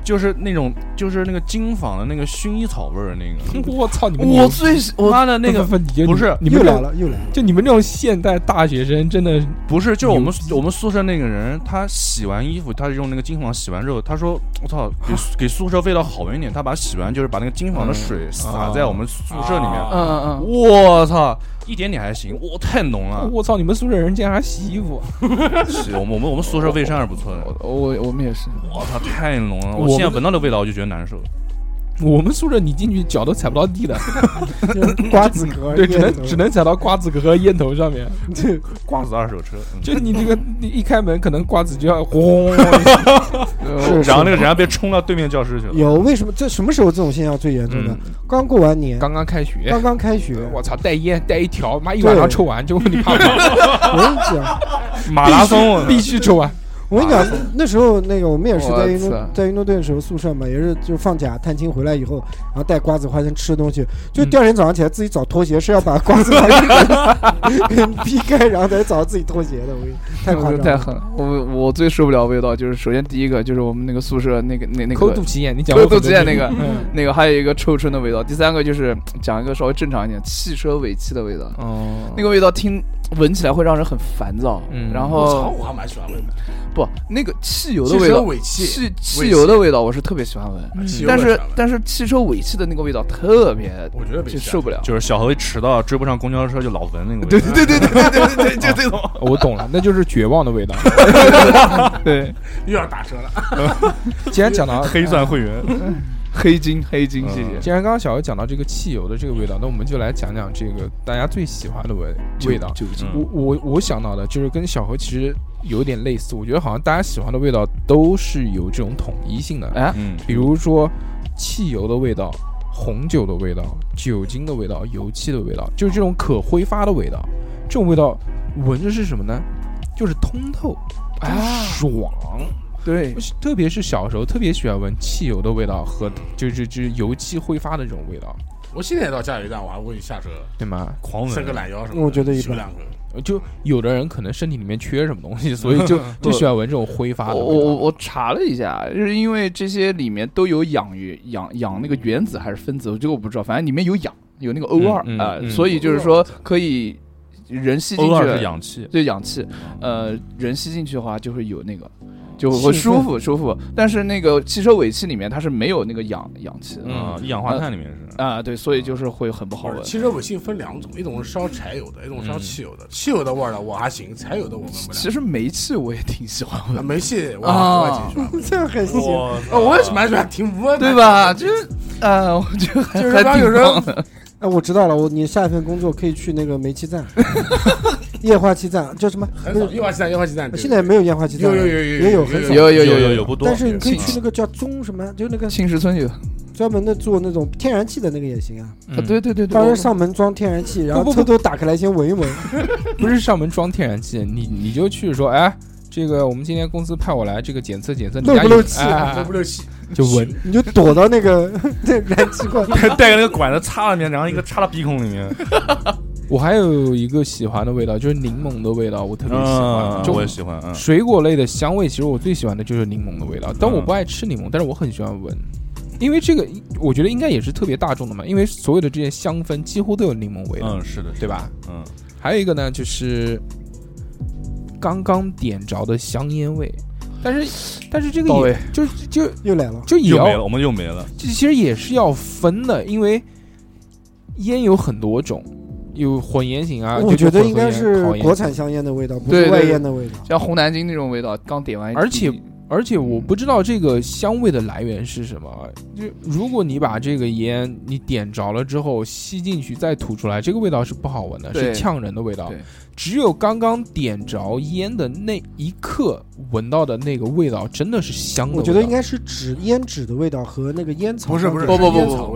就是那种就是那个金纺的那个薰衣草味儿那个。 我操你们！ 我最我妈的那个不是你们又来了， 就你们这种现代大学生真的不是，就是我们宿舍那个人，他洗完衣服，他用那个金纺洗完之后，他说我操，给宿舍味道好一点，他把洗完就是把那个金纺的水洒在我们宿舍里面。我操！一点点还行，我太浓了。 我操！你们宿舍人竟然还洗衣服？ 是我们宿舍卫生还是不错的。 我们也是。 我操，太浓了！我现在闻到那味道我就觉得难受。 我们宿舍你进去脚都踩不到地的， 瓜子壳， 对，只能踩到瓜子壳和烟头上面。 瓜子二手车， 就你这个你一开门，可能瓜子就要轰， 然后那个人还被冲到对面教室去了。 有为什么这什么时候这种现象最严重的？刚过完年， 刚刚开学，我操，带烟带一条，妈一晚上抽完，就问你怕不怕？ 我跟你讲， 马拉松必须抽完。 我跟你讲，那时候那个我们也是在运动队的时候宿舍嘛，也是就放假探亲回来以后，然后带瓜子花生吃的东西，就第二天早上起来自己找拖鞋，是要把瓜子花生给劈开，然后再找自己拖鞋的，太夸张了， 太狠了。我最受不了味道，就是首先第一个就是我们那个宿舍那个抠肚脐眼，你讲抠肚脐眼那个还有一个臭春的味道。第三个就是讲一个稍微正常一点，汽车尾气的味道。那个味道闻起来会让人很烦躁。然后我还蛮喜欢闻的。 不，那个汽油的味道，汽油的味道我是特别喜欢闻，但是汽车尾气的那个味道特别， 我觉得就受不了。 就是小何一迟到追不上公交车就老闻那个味道。对，就这种。 我懂了，那就是绝望的味道。 对， 又要打车了。 既然讲到黑钻会员。 黑金，谢谢。 既然刚刚小何讲到这个汽油的这个味道，那我们就来讲讲这个大家最喜欢的味道。我想到的就是跟小何其实有点类似，我觉得好像大家喜欢的味道都是有这种统一性的。比如说汽油的味道、红酒的味道、酒精的味道、油漆的味道，就是这种可挥发的味道。这种味道闻着是什么呢？就是通透爽。对，特别是小时候特别喜欢闻汽油的味道和就是油漆挥发的这种味道。 我现在到加油站我还会下车， 对吗？ 狂闻，伸个懒腰什么的。 我觉得一般。 就有的人可能身体里面缺什么东西，所以就喜欢闻这种挥发的味道。 我查了一下，就是因为这些里面都有氧那个原子还是分子，这个我不知道，反正里面有氧，有那个 O2 所以就是说可以人吸进去 ，O2是氧气， 对氧气，人吸进去的话就会有那个。就会舒服，但是那个汽车尾气里面它是没有那个氧气的， 一氧化碳里面是对，所以就是会很不好闻。 汽车尾气分两种，一种是烧柴油的，一种是烧汽油的。汽油的味儿呢我还行，柴油的我闻不了。 其实煤气我也挺喜欢闻， 煤气我也挺喜欢闻， 这样很行。 我也蛮喜欢，挺闻， 对吧？就是我觉得还挺棒的。 我知道了，你下一份工作可以去那个煤气站。液化气站叫什么？ 液化气站。 现在没有液化气站，也有很少， 有不多。 但是你可以去那个叫中什么，就那个青石村有专门的做那种天然气的那个也行啊。 对， 当时上门装天然气，然后偷偷打开来先闻一闻。 不是上门装天然气，你就去说，哎，这个我们今天公司派我来这个检测， 漏不漏气， 漏不漏气。 就闻， 你就躲到那个燃气罐， 带个那个管子插里面，然后一个插到鼻孔里面。 我还有一个喜欢的味道，就是柠檬的味道，我特别喜欢。 我也喜欢。 水果类的香味，其实我最喜欢的就是柠檬的味道。但我不爱吃柠檬，但是我很喜欢闻，因为这个我觉得应该也是特别大众的嘛，因为所有的这些香氛几乎都有柠檬味道。 是的， 对吧？还有一个呢，就是刚刚点着的香烟味。但是这个也就又来了， 就也要我们又没了。 其实也是要分的，因为烟有很多种，有混烟型啊。 我觉得应该是国产香烟的味道，不是外烟的味道。 像红南京那种味道，刚点完。 而且我不知道这个香味的来源是什么。就如果你把这个烟你点着了之后吸进去再吐出来，这个味道是不好闻的，是呛人的味道。只有刚刚点着烟的那一刻闻到的那个味道真的是香的味道。 我觉得应该是烟纸的味道和那个烟草。 不是不，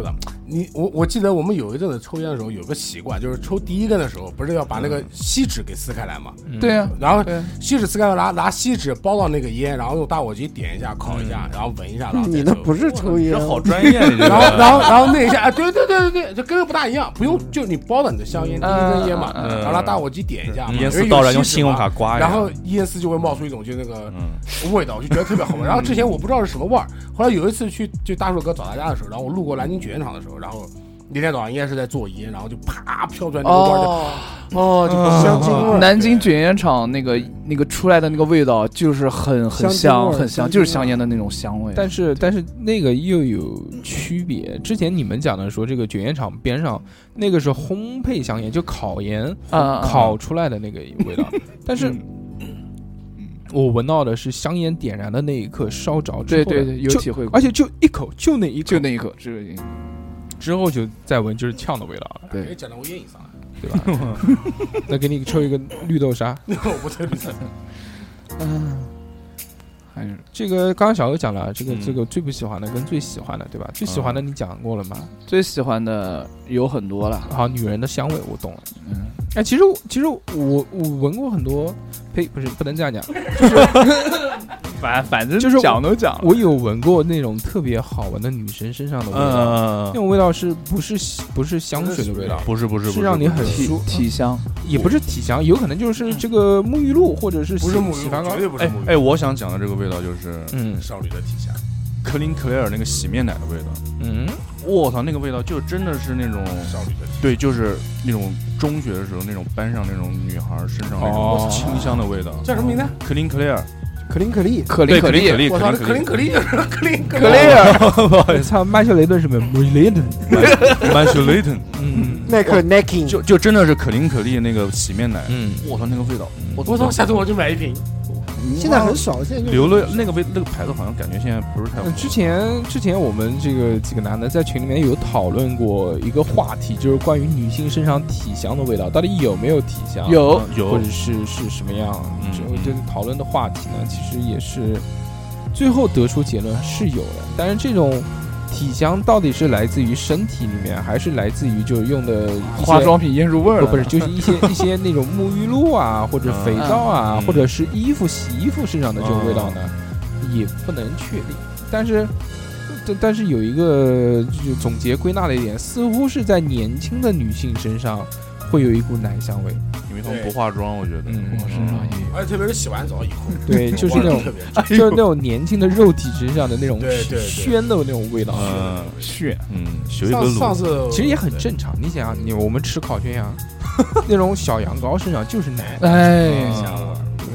我记得我们有一阵子抽烟的时候有个习惯，就是抽第一根的时候，不是要把那个锡纸给撕开来嘛？ 对啊， 然后锡纸撕开来，拿锡纸包到那个烟，然后用打火机点一下，烤一下，然后闻一下，然后你那不是抽烟， 这好专业，你这个然后那一下，哎，对，就跟不大一样，不用就你包的你的香烟第一根烟嘛，然后拿打火机点一下， 烟丝倒了用信用卡刮一下， 然后烟丝就会冒出一种就那个味道，我就觉得特别好闻。然后之前我不知道是什么味儿，后来有一次去就大树哥找他家的时候，然后我路过南京卷烟厂的时候，然后那天早上应该是在做烟，然后就啪飘出来那个味儿，就香精味。 南京卷烟厂那个出来的那个味道就是很香，很香，就是香烟的那种香味。 但是那个又有区别。之前你们讲的说这个卷烟厂边上那个是烘焙香烟，就烤烟烤出来的那个味道，但是。我闻到的是香烟点燃的那一刻烧着之后， 对，有体会过， 而且就一口，就那一口， 之后就再闻就是呛的味道了。 对，讲的我烟瘾上来， 对吧？那给你抽一个绿豆沙， 我不抽绿豆沙。 还是这个刚刚小欧讲了，这个最不喜欢的跟最喜欢的，对吧？最喜欢的你讲过了吗？ 最喜欢的有很多了。 好，女人的香味我懂了。哎，其实我闻过很多，呸，不能这样讲，就是反正就是讲都讲， 我有闻过那种特别好闻的女生身上的味道，那种味道不是香水的味道， 不是是让你很舒体香， 也不是体香，有可能就是这个沐浴露或者是不是沐浴洗发膏， 绝对不是沐浴露。 哎，我想讲的这个味道就是少女的体香。 Clean Clear 那个洗面奶的味道，我操，那个味道就真的是那种少女的， 对，就是那种中学的时候那种班上那种女孩身上那种清香的味道。 叫什么名字 ？Clean Clear， 可伶可俐， 可伶可俐， 我操，可伶可俐就是可伶可俐。 我操，曼彻雷顿是不是曼彻雷顿， 耐克 Nike， 就真的是可伶可俐那个洗面奶，我操那个味道， 我操，下次我就买一瓶。 现在很少，现在留了那个牌子好像感觉现在不是太火。 之前我们这个几个男的在群里面有讨论过一个话题，就是关于女性身上体香的味道到底有没有体香， 有或者是什么样？这个讨论的话题呢，其实也是最后得出结论是有的，但是这种体香到底是来自于身体里面，还是来自于就是用的化妆品腌入味儿？ 不是，就是一些那种沐浴露啊，或者肥皂啊，或者是洗衣服身上的这种味道呢，也不能确定。但是有一个就总结归纳的一点，似乎是在年轻的女性身上会有一股奶香味， 因为他们不化妆，我觉得， 我身上也有， 而且特别是洗完澡以后， 对，就是那种就是那种年轻的肉体身上的那种鲜的那种味道， 炫，有一个上次其实也很正常。你想，我们吃烤全羊，那种小羊羔身上就是奶， 哎， 香味，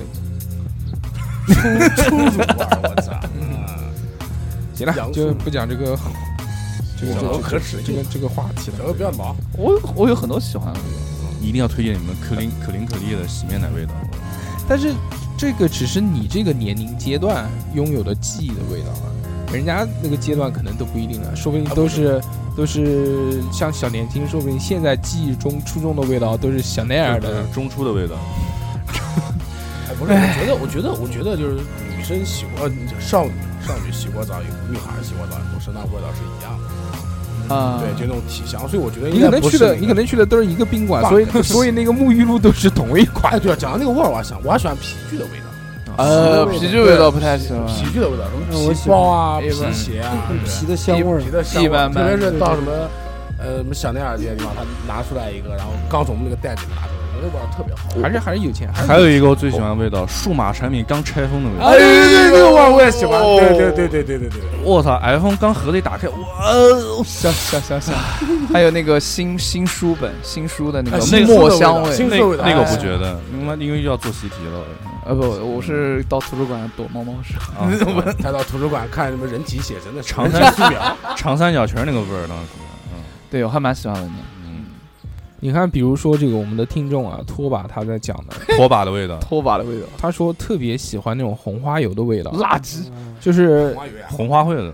对，粗味，我操， 行了，就不讲这个。 可耻， 这个话题了， 不要毛。 我有很多喜欢的味道， 一定要推荐你们可伶可俐的洗面奶味道。 但是这个只是你这个年龄阶段拥有的记忆的味道啊，人家那个阶段可能都不一定了，说不定都是像小年轻，说不定现在记忆中初中的味道都是香奈儿的中初的味道。 不是，我觉得就是女生洗过，少女洗过澡以后，女孩洗过澡以后，身上味道是一样的。对，就那种体香，所以我觉得你可能去的都是一个宾馆，所以那个沐浴露都是同一款。 哎，对啊，讲到那个味儿，我还喜欢皮具的味道。 皮具味道不太喜欢。 皮具的味道，什么皮包啊、皮鞋啊， 皮的香味儿， 一般，特别是到什么什么香奈儿这些地方，他拿出来一个，然后刚从那个袋子里拿出来。那味道特别好， 还是有钱。 还有一个我最喜欢的味道，数码产品刚拆封的味道。 哎，对，这个味我也喜欢。对。 我操 ，iPhone 刚盒子一打开，哇， 香。还有那个新书本，新书的那个墨香味， 那个我不觉得，因为要做习题了。 不，我是到图书馆躲猫猫是。 他到图书馆看什么人体写真的长三角全是那个味儿，当时。 对，我还蛮喜欢闻的。 你看，比如说这个我们的听众啊，拖把他在讲的拖把的味道， 他说特别喜欢那种红花油的味道， 垃圾， 就是红花会的，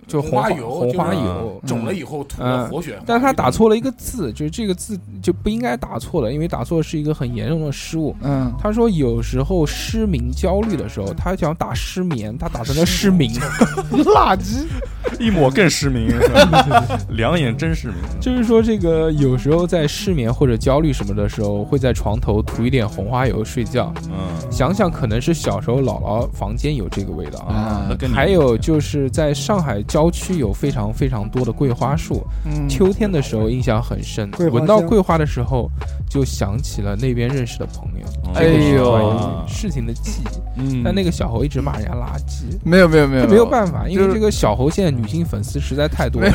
就红花油， 红花油肿了以后涂了活血， 但他打错了一个字，就是这个字就不应该打错了，因为打错是一个很严重的失误。他说有时候失眠焦虑的时候，他想打失眠，他打成了失明， 垃圾， 一抹更失明，两眼真失明。 就是说这个有时候在失眠或者焦虑什么的时候，会在床头涂一点红花油睡觉。想想可能是小时候姥姥房间有这个味道啊。还有就是在上海郊区有非常非常多的桂花树，秋天的时候印象很深，闻到桂花的时候就想起了那边认识的朋友， 哎呦， 事情的记忆。但那个小猴一直骂人家垃圾， 没有， 没有办法，因为这个小猴现在女性粉丝实在太多了，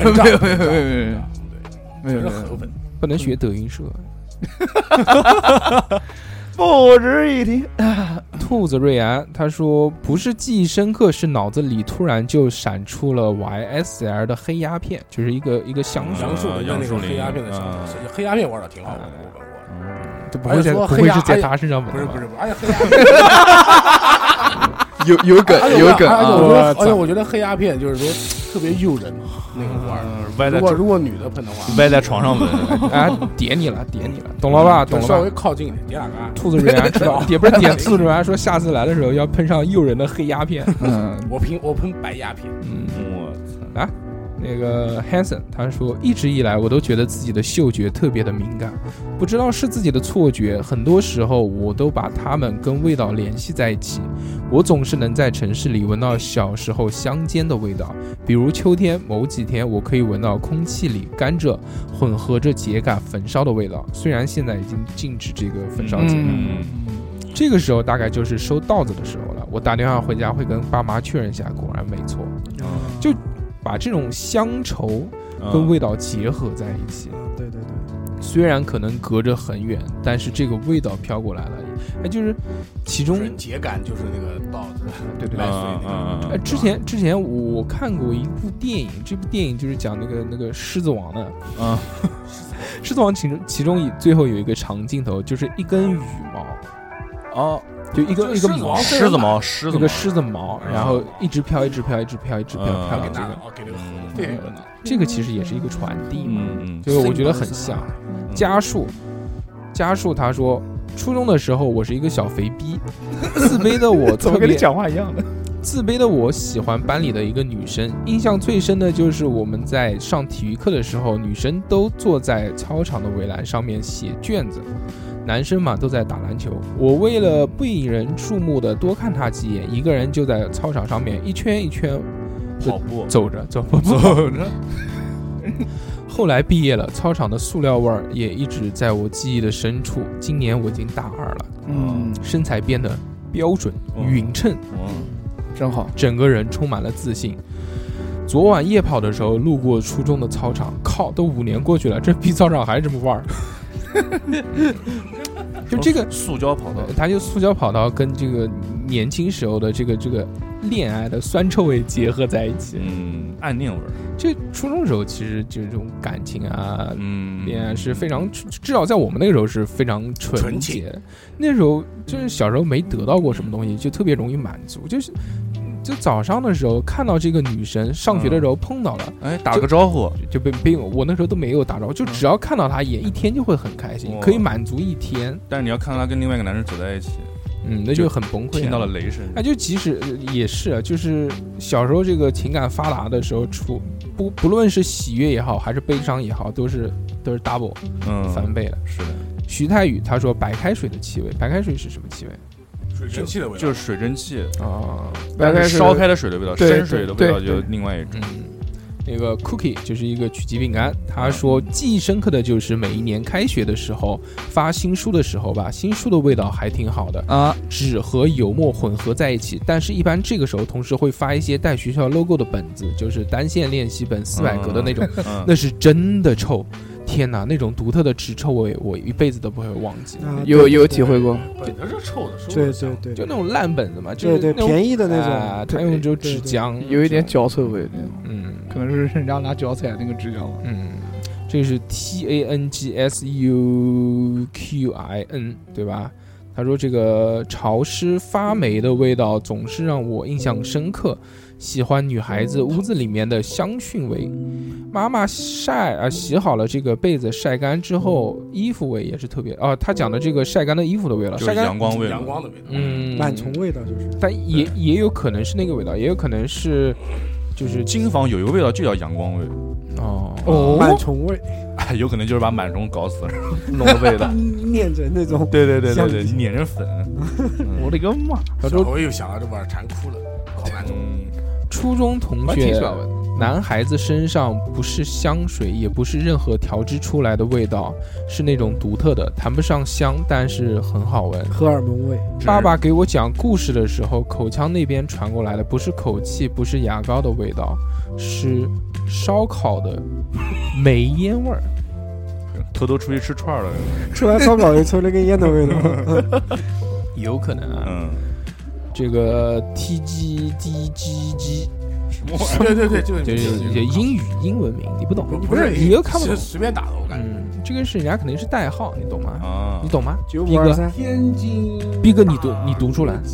没有， 不能学德云社。 不值一提。 兔子瑞安他说不是记忆深刻，是脑子里突然就闪出了 YSL 的黑鸦片，就是一个香树的那个黑鸦片的香水，黑鸦片味道挺好的，我闻过。 这不会是在他身上闻的？ 不是，而且黑鸦片有梗。 而且我觉得黑鸦片就是说特别诱人那个味儿。如果女的喷的话， 歪在床上闻， 点你了，懂了吧？懂了吧？ 稍微靠近一点，点哪个？ 兔子瑞安知道，也不是点兔子瑞安说下次来的时候要喷上诱人的黑鸦片。 我喷白鸦片。 我操啊！那个 Hanson 他说一直以来我都觉得自己的嗅觉特别的敏感，不知道是自己的错觉，很多时候我都把它们跟味道联系在一起。我总是能在城市里闻到小时候乡间的味道，比如秋天某几天我可以闻到空气里甘蔗混合着秸秆焚烧的味道，虽然现在已经禁止这个焚烧秸秆。这个时候大概就是收稻子的时候了，我打电话回家会跟爸妈确认一下，果然没错。就把这种乡愁跟味道结合在一起。 对， 虽然可能隔着很远，但是这个味道飘过来了，就是其中秸秆就是那个稻子， 对， 麦穗。 之前我看过一部电影，这部电影就是讲那个狮子王的。狮子王其中最后有一个长镜头，就是一根羽毛。就一个毛， 狮子毛， 一个狮子毛，然后一直飘，飘给这个其实也是一个传递嘛，就是我觉得很像。家树他说，初中的时候我是一个小肥逼，自卑的我怎么跟你讲话一样的？ 自卑的我喜欢班里的一个女生，印象最深的就是我们在上体育课的时候，女生都坐在操场的围栏上面写卷子。男生嘛都在打篮球，我为了不引人注目的多看他几眼，一个人就在操场上面一圈一圈跑步走着。后来毕业了，操场的塑料味儿也一直在我记忆的深处。今年我已经大2了，身材变得标准匀称， 真好， 整个人充满了自信。昨晚夜跑的时候路过初中的操场，靠，都5年过去了，这逼操场还是这么玩儿。就这个塑胶跑道， 他就塑胶跑道跟这个年轻时候的这个恋爱的酸臭味结合在一起， 暗恋味儿。 这初中时候其实就是这种感情啊，恋爱是非常，至少在我们那个时候是非常纯洁的。那时候就是小时候没得到过什么东西，就特别容易满足，就早上的时候看到这个女生，上学的时候碰到了， 打个招呼就被我那时候都没有打招呼，就只要看到她一天就会很开心，可以满足一天。 但是你要看到她跟另外一个男人走在一起， 那就很崩溃， 听到了雷声。 就即使也是，就是小时候这个情感发达的时候，不论是喜悦也好，还是悲伤也好，都是 double 翻倍的。 是的。 徐太宇他说白开水的气味，白开水是什么气味？ 水蒸气的味道， 就是水蒸气白开水烧开的水的味道，生水的味道就另外一种。 那个 Cookie 就是一个曲奇饼干，他说记忆深刻的就是每一年开学的时候发新书的时候吧，新书的味道还挺好的啊，纸和油墨混合在一起，但是一般这个时候同时会发一些带学校 logo 的本子，就是单线练习本400格的那种，那是真的臭。天哪，那种独特的纸臭味，我一辈子都不会忘记。 有体会过， 本子是臭的， 对， 就那种烂本子嘛，就是对便宜的那种， 他用这种纸浆， 有一点脚臭味那种，可能是人家拿脚踩那个纸浆嘛。这是 TANGSUQIN 对吧？ 他说这个潮湿发霉的味道总是让我印象深刻，喜欢女孩子屋子里面的香薰味。妈妈洗好了这个被子晒干之后，衣服味也是特别他讲的这个晒干的衣服的味道， 就是阳光味， 阳光的味道， 螨虫味道就是， 但也有可能是那个味道，也有可能是就是金房有一个味道就叫阳光味， 螨虫味， 有可能就是把螨虫搞死了，弄个味道， 念着那种， 对，碾成粉。 我的个妈！ 我又想到这把馋哭了，烤螨虫。 初中同学，男孩子身上不是香水，也不是任何调制出来的味道，是那种独特的，谈不上香，但是很好闻， 荷尔蒙味。 爸爸给我讲故事的时候，口腔那边传过来的不是口气，不是牙膏的味道，是烧烤的煤烟味儿。 偷偷出去吃串了， 吃完烧烤又抽了根烟的味道， 有可能啊。这个 TGDGG 对， 就是英文名，你不懂， 不是你又看不懂， 随便打的，我感觉。 这个是人家肯定是代号，你懂吗？你懂吗 ？9523， 天津逼哥，你读出来。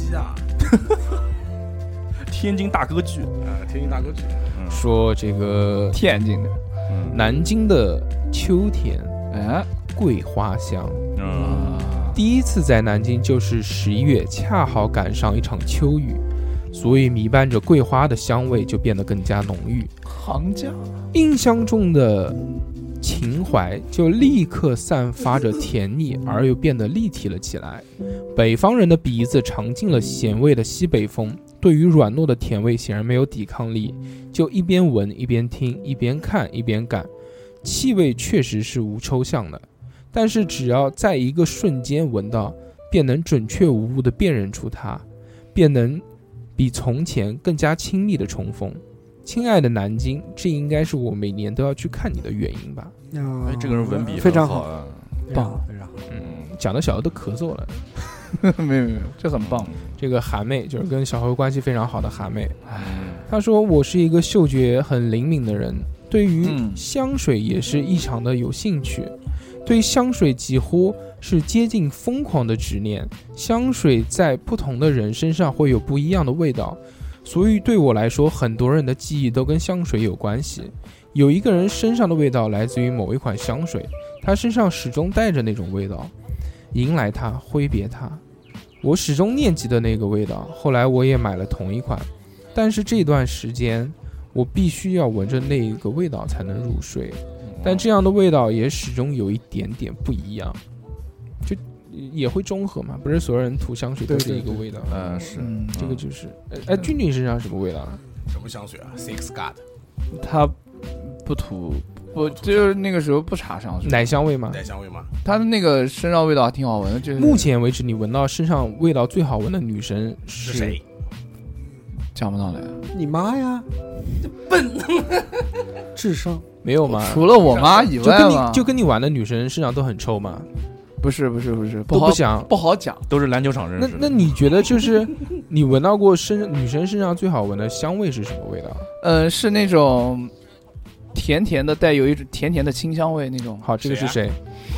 天津大歌剧天津大歌剧， 说这个天津的， 南京的秋天，桂花香。第一次在南京就是11月，恰好赶上一场秋雨，所以弥漫着桂花的香味就变得更加浓郁。 行家印象中的情怀就立刻散发着甜腻，而又变得立体了起来。北方人的鼻子尝尽了咸味的西北风，对于软糯的甜味显然没有抵抗力，就一边闻一边听，一边看一边感。气味确实是无抽象的，但是只要在一个瞬间闻到，便能准确无误地辨认出它，便能比从前更加亲密地重逢。亲爱的南京，这应该是我每年都要去看你的原因吧。 这个人文笔非常好， 棒， 非常好。 讲的小何都咳嗽了。 没有，这很棒。 这个韩妹就是跟小何关系非常好的韩妹，她说我是一个嗅觉很灵敏的人，对于香水也是异常的有兴趣，对香水几乎是接近疯狂的执念。香水在不同的人身上会有不一样的味道，所以对我来说，很多人的记忆都跟香水有关系。有一个人身上的味道来自于某一款香水，他身上始终带着那种味道，迎来他，挥别他。我始终念及的那个味道，后来我也买了同一款，但是这段时间我必须要闻着那一个味道才能入睡，但这样的味道也始终有一点点不一样，就也会中和嘛，不是所有人涂香水都是一个味道。 是， 这个就是，君君身上什么味道？ 什么香水啊 ？Six God， 他不涂，我就是那个时候不查香水， 奶香味吗？ 奶香味吗？ 他的那个身上味道还挺好闻的，就是目前为止你闻到身上味道最好闻的女生是谁？ 讲不到来， 你妈呀！ 笨， 智商没有吗？ 除了我妈以外嘛， 就跟你玩的女生身上都很臭吗？ 不是， 都不想不好讲， 都是篮球场认识的。 那你觉得就是你闻到过女生身上最好闻的香味是什么味道？ 是那种甜甜的，带有一种甜甜的清香味那种。 好，这个是谁？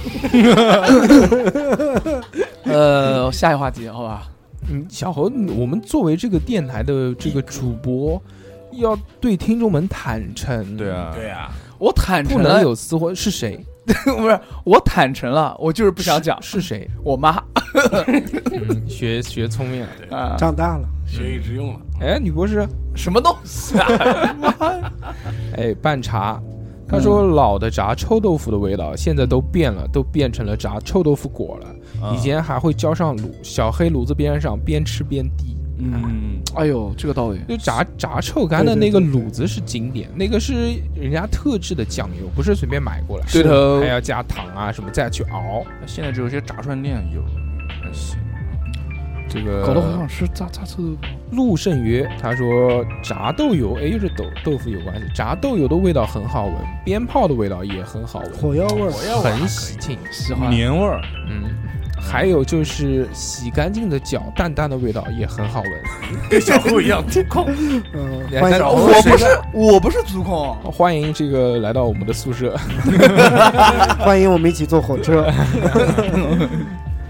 下一话题好吧。 小侯，我们作为这个电台的这个主播，要对听众们坦诚。 对啊， 我坦诚了， 不能有私货。是谁？ 不是，我坦诚了，我就是不想讲。 是谁？ 我妈。 学聪明了， 长大了， 学以致用了。 哎，女博士， 什么东西啊？ 哎，拌茶。他说老的炸臭豆腐的味道现在都变了，都变成了炸臭豆腐果了。以前还会浇上卤，小黑炉子边上边吃边滴。 哎呦，这个道理。 就炸臭干的那个卤子是经典，那个是人家特制的酱油，不是随便买过来， 对头， 还要加糖啊什么再去熬。 现在只有些炸串店有，还行。 这个搞得好想吃炸臭豆腐。 陆胜约他说炸豆油，又是豆腐有关系。炸豆油的味道很好闻，鞭炮的味道也很好闻， 火药味很喜庆， 喜欢年味儿。 还有就是洗干净的脚，淡淡的味道也很好闻， 跟小猴一样足控。 欢迎我不是足控。 欢迎这个来到我们的宿舍， 欢迎我们一起坐火车。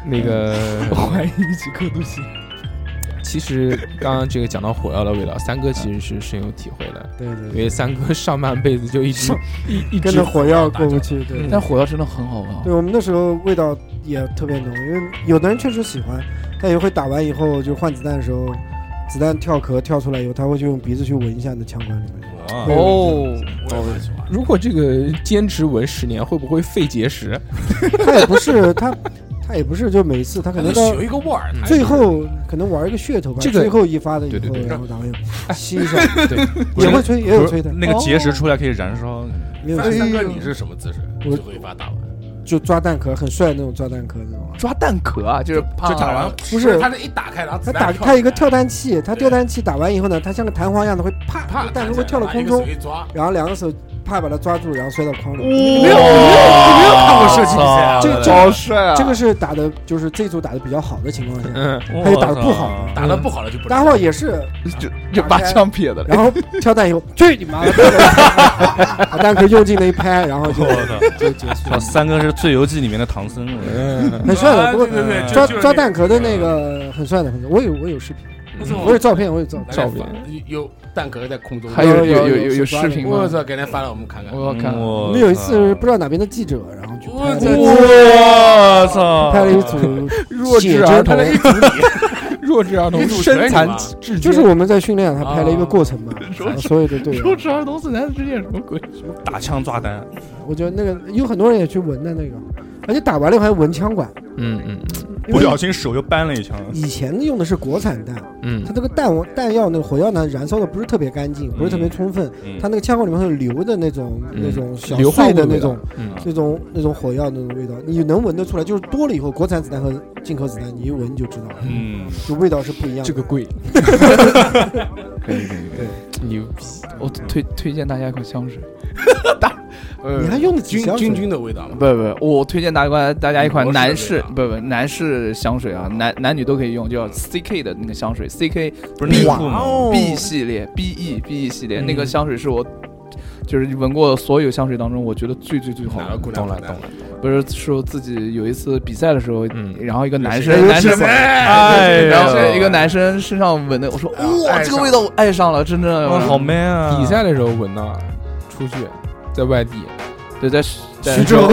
那个怀疑一起刻度西。 其实刚刚这个讲到火药的味道，三哥其实是深有体会的， 对对因为三哥上半辈子就一直跟着火药过不去。对， 但火药真的很好闻。 对我们那时候味道也特别浓，因为有的人确实喜欢，他也会打完以后就换子弹的时候，子弹跳壳跳出来以后，他会去用鼻子去闻一下你的枪管里面。 哦， 如果这个坚持闻10年，会不会肺结石？ 他也不是他也不是就每一次他可能到有一个味儿， 最后可能玩一个噱头吧， 这个最后一发的以后， 对对对然后吸一下， 对， 也会吹，也有吹的， 那个结石出来可以燃烧。 没有三哥你是什么姿势？ 我最后一发打完就抓弹壳，很帅的那种抓弹壳那种。 抓弹壳啊，就是就打完不是他这一打开，然后他打他有一个跳弹器，他跳弹器打完以后呢，他像个弹簧一样的会啪，弹壳会跳到空中，然后两个手啪把它抓住，然后摔到筐里。 没有看过射击比赛啊？ 这好帅啊！ 这个是打的，就是这组打的比较好的情况下， 嗯， 他就打的不好的， 打的不好了就不打好也是就把枪撇的了。 然后跳弹以后，去你妈的！把弹壳用劲的一拍，然后就结束了。 三哥是《醉游记》里面的唐僧， 很帅的，不过对抓弹壳的那个很帅的，很帅。我有视频，我有照片， 照片有弹壳在空中， 还有视频吗？ 我操，给他发了，我们看看。 我要看。 我们有一次不知道哪边的记者，然后去拍我操， 拍了一组弱智儿童，弱智儿童身残志坚， 就是我们在训练，他拍了一个过程嘛，所有的队员。 弱智儿童身残志坚什么鬼？ 打枪抓单。 我觉得那个有很多人也去闻的那个，而且打完了还闻枪管。 不小心手又扳了一枪。 以前用的是国产弹，它这个弹药那个火药呢燃烧的不是特别干净，不是特别充分，它那个枪管里面会有硫的那种小碎的那种火药那种味道，你能闻得出来。就是多了以后，国产子弹和进口子弹，你一闻你就知道了，就味道是不一样的。 这个贵， 可以，牛逼！我推荐大家一款香水。 你还用的军的味道吗？ 不，我推荐大家一款男士香水啊，男女都可以用，叫 CK 的那个香水 ，CK 不是内裤吗 ？B 系列 BE 系列那个香水是我就是闻过所有香水当中我觉得最好的。 懂了。 不是说自己有一次比赛的时候，然后一个男生，然后一个男生身上闻的，我说哇，这个味道我爱上了，真的好 man 啊！ 比赛的时候闻到，出去在外地， 对，在徐州，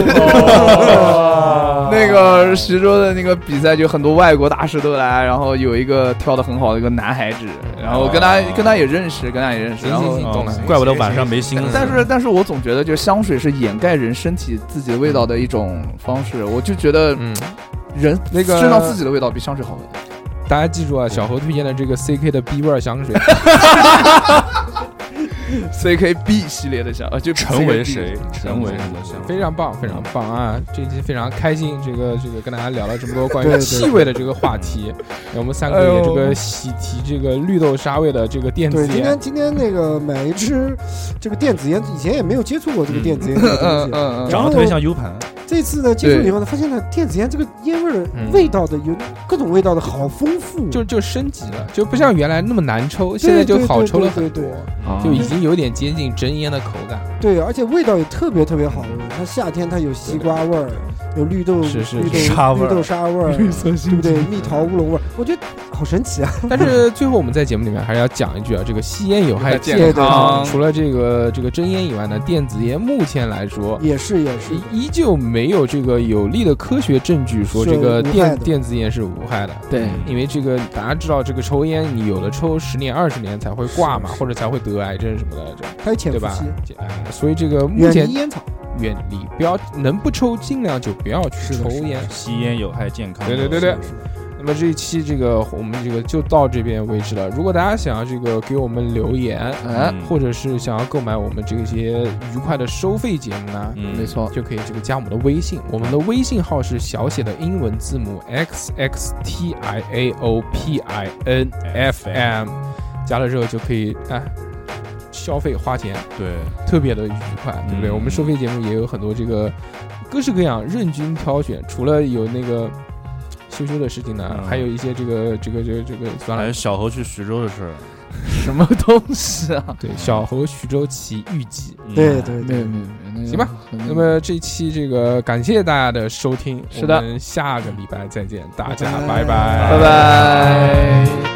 那个徐州的那个比赛，就很多外国大师都来，然后有一个跳得很好的一个男孩子，然后跟他也认识，然后懂了， 怪不得晚上没心思。 但是我总觉得，就香水是掩盖人身体自己的味道的一种方式，我就觉得，人那个身上自己的味道比香水好闻。 大家记住啊，小侯推荐的这个 CK 的 B 味香水。 CKB 系列的香，就成为谁？成为什么香？ 非常棒啊！这期非常开心，这个跟大家聊了这么多关于气味的这个话题，我们三个也这个喜提这个绿豆沙味的这个电子烟。 对，今天那个买一支这个电子烟，以前也没有接触过这个电子烟这个东西， 长得特别像 U 盘。 这次呢接触以后呢，发现了电子烟这个烟味的味道的有各种味道的好丰富， 就升级了，就不像原来那么难抽，现在就好抽了很多，就已经有点接近真烟的口感。 对，而且味道也特别好闻。它夏天它有西瓜味儿，有绿豆沙味儿，对不对？蜜桃乌龙味儿，我觉得好神奇啊！ 但是最后我们在节目里面还是要讲一句啊，这个吸烟有害健康。除了这个真烟以外呢，电子烟目前来说也是依旧没有这个有力的科学证据说这个电子烟是无害的。 对， 因为这个大家知道，这个抽烟你有的抽10年20年才会挂嘛，或者才会得癌症什么的， 还有潜伏期， 对吧？所以这个目前远离烟草。 远离，不要能不抽尽量就不要去抽烟， 吸烟有害健康。 对。那么这一期这个我们这个就到这边为止了。如果大家想要这个给我们留言，或者是想要购买我们这些愉快的收费节目呢， 没错， 就可以这个加我们的微信，我们的微信号是小写的英文字母 XXTIAOPINFM， 加了之后就可以消费花钱， 对， 特别的愉快，对不对？我们收费节目也有很多这个各式各样任君挑选，除了有那个羞羞的事情呢，还有一些这个算了， 还有小侯去徐州的事儿。 什么东西啊？ 对，小猴徐周奇预计。 对对对， 没有没有，那个行吧。那么这期这个感谢大家的收听， 是的我们下个礼拜再见，大家拜拜， 拜拜。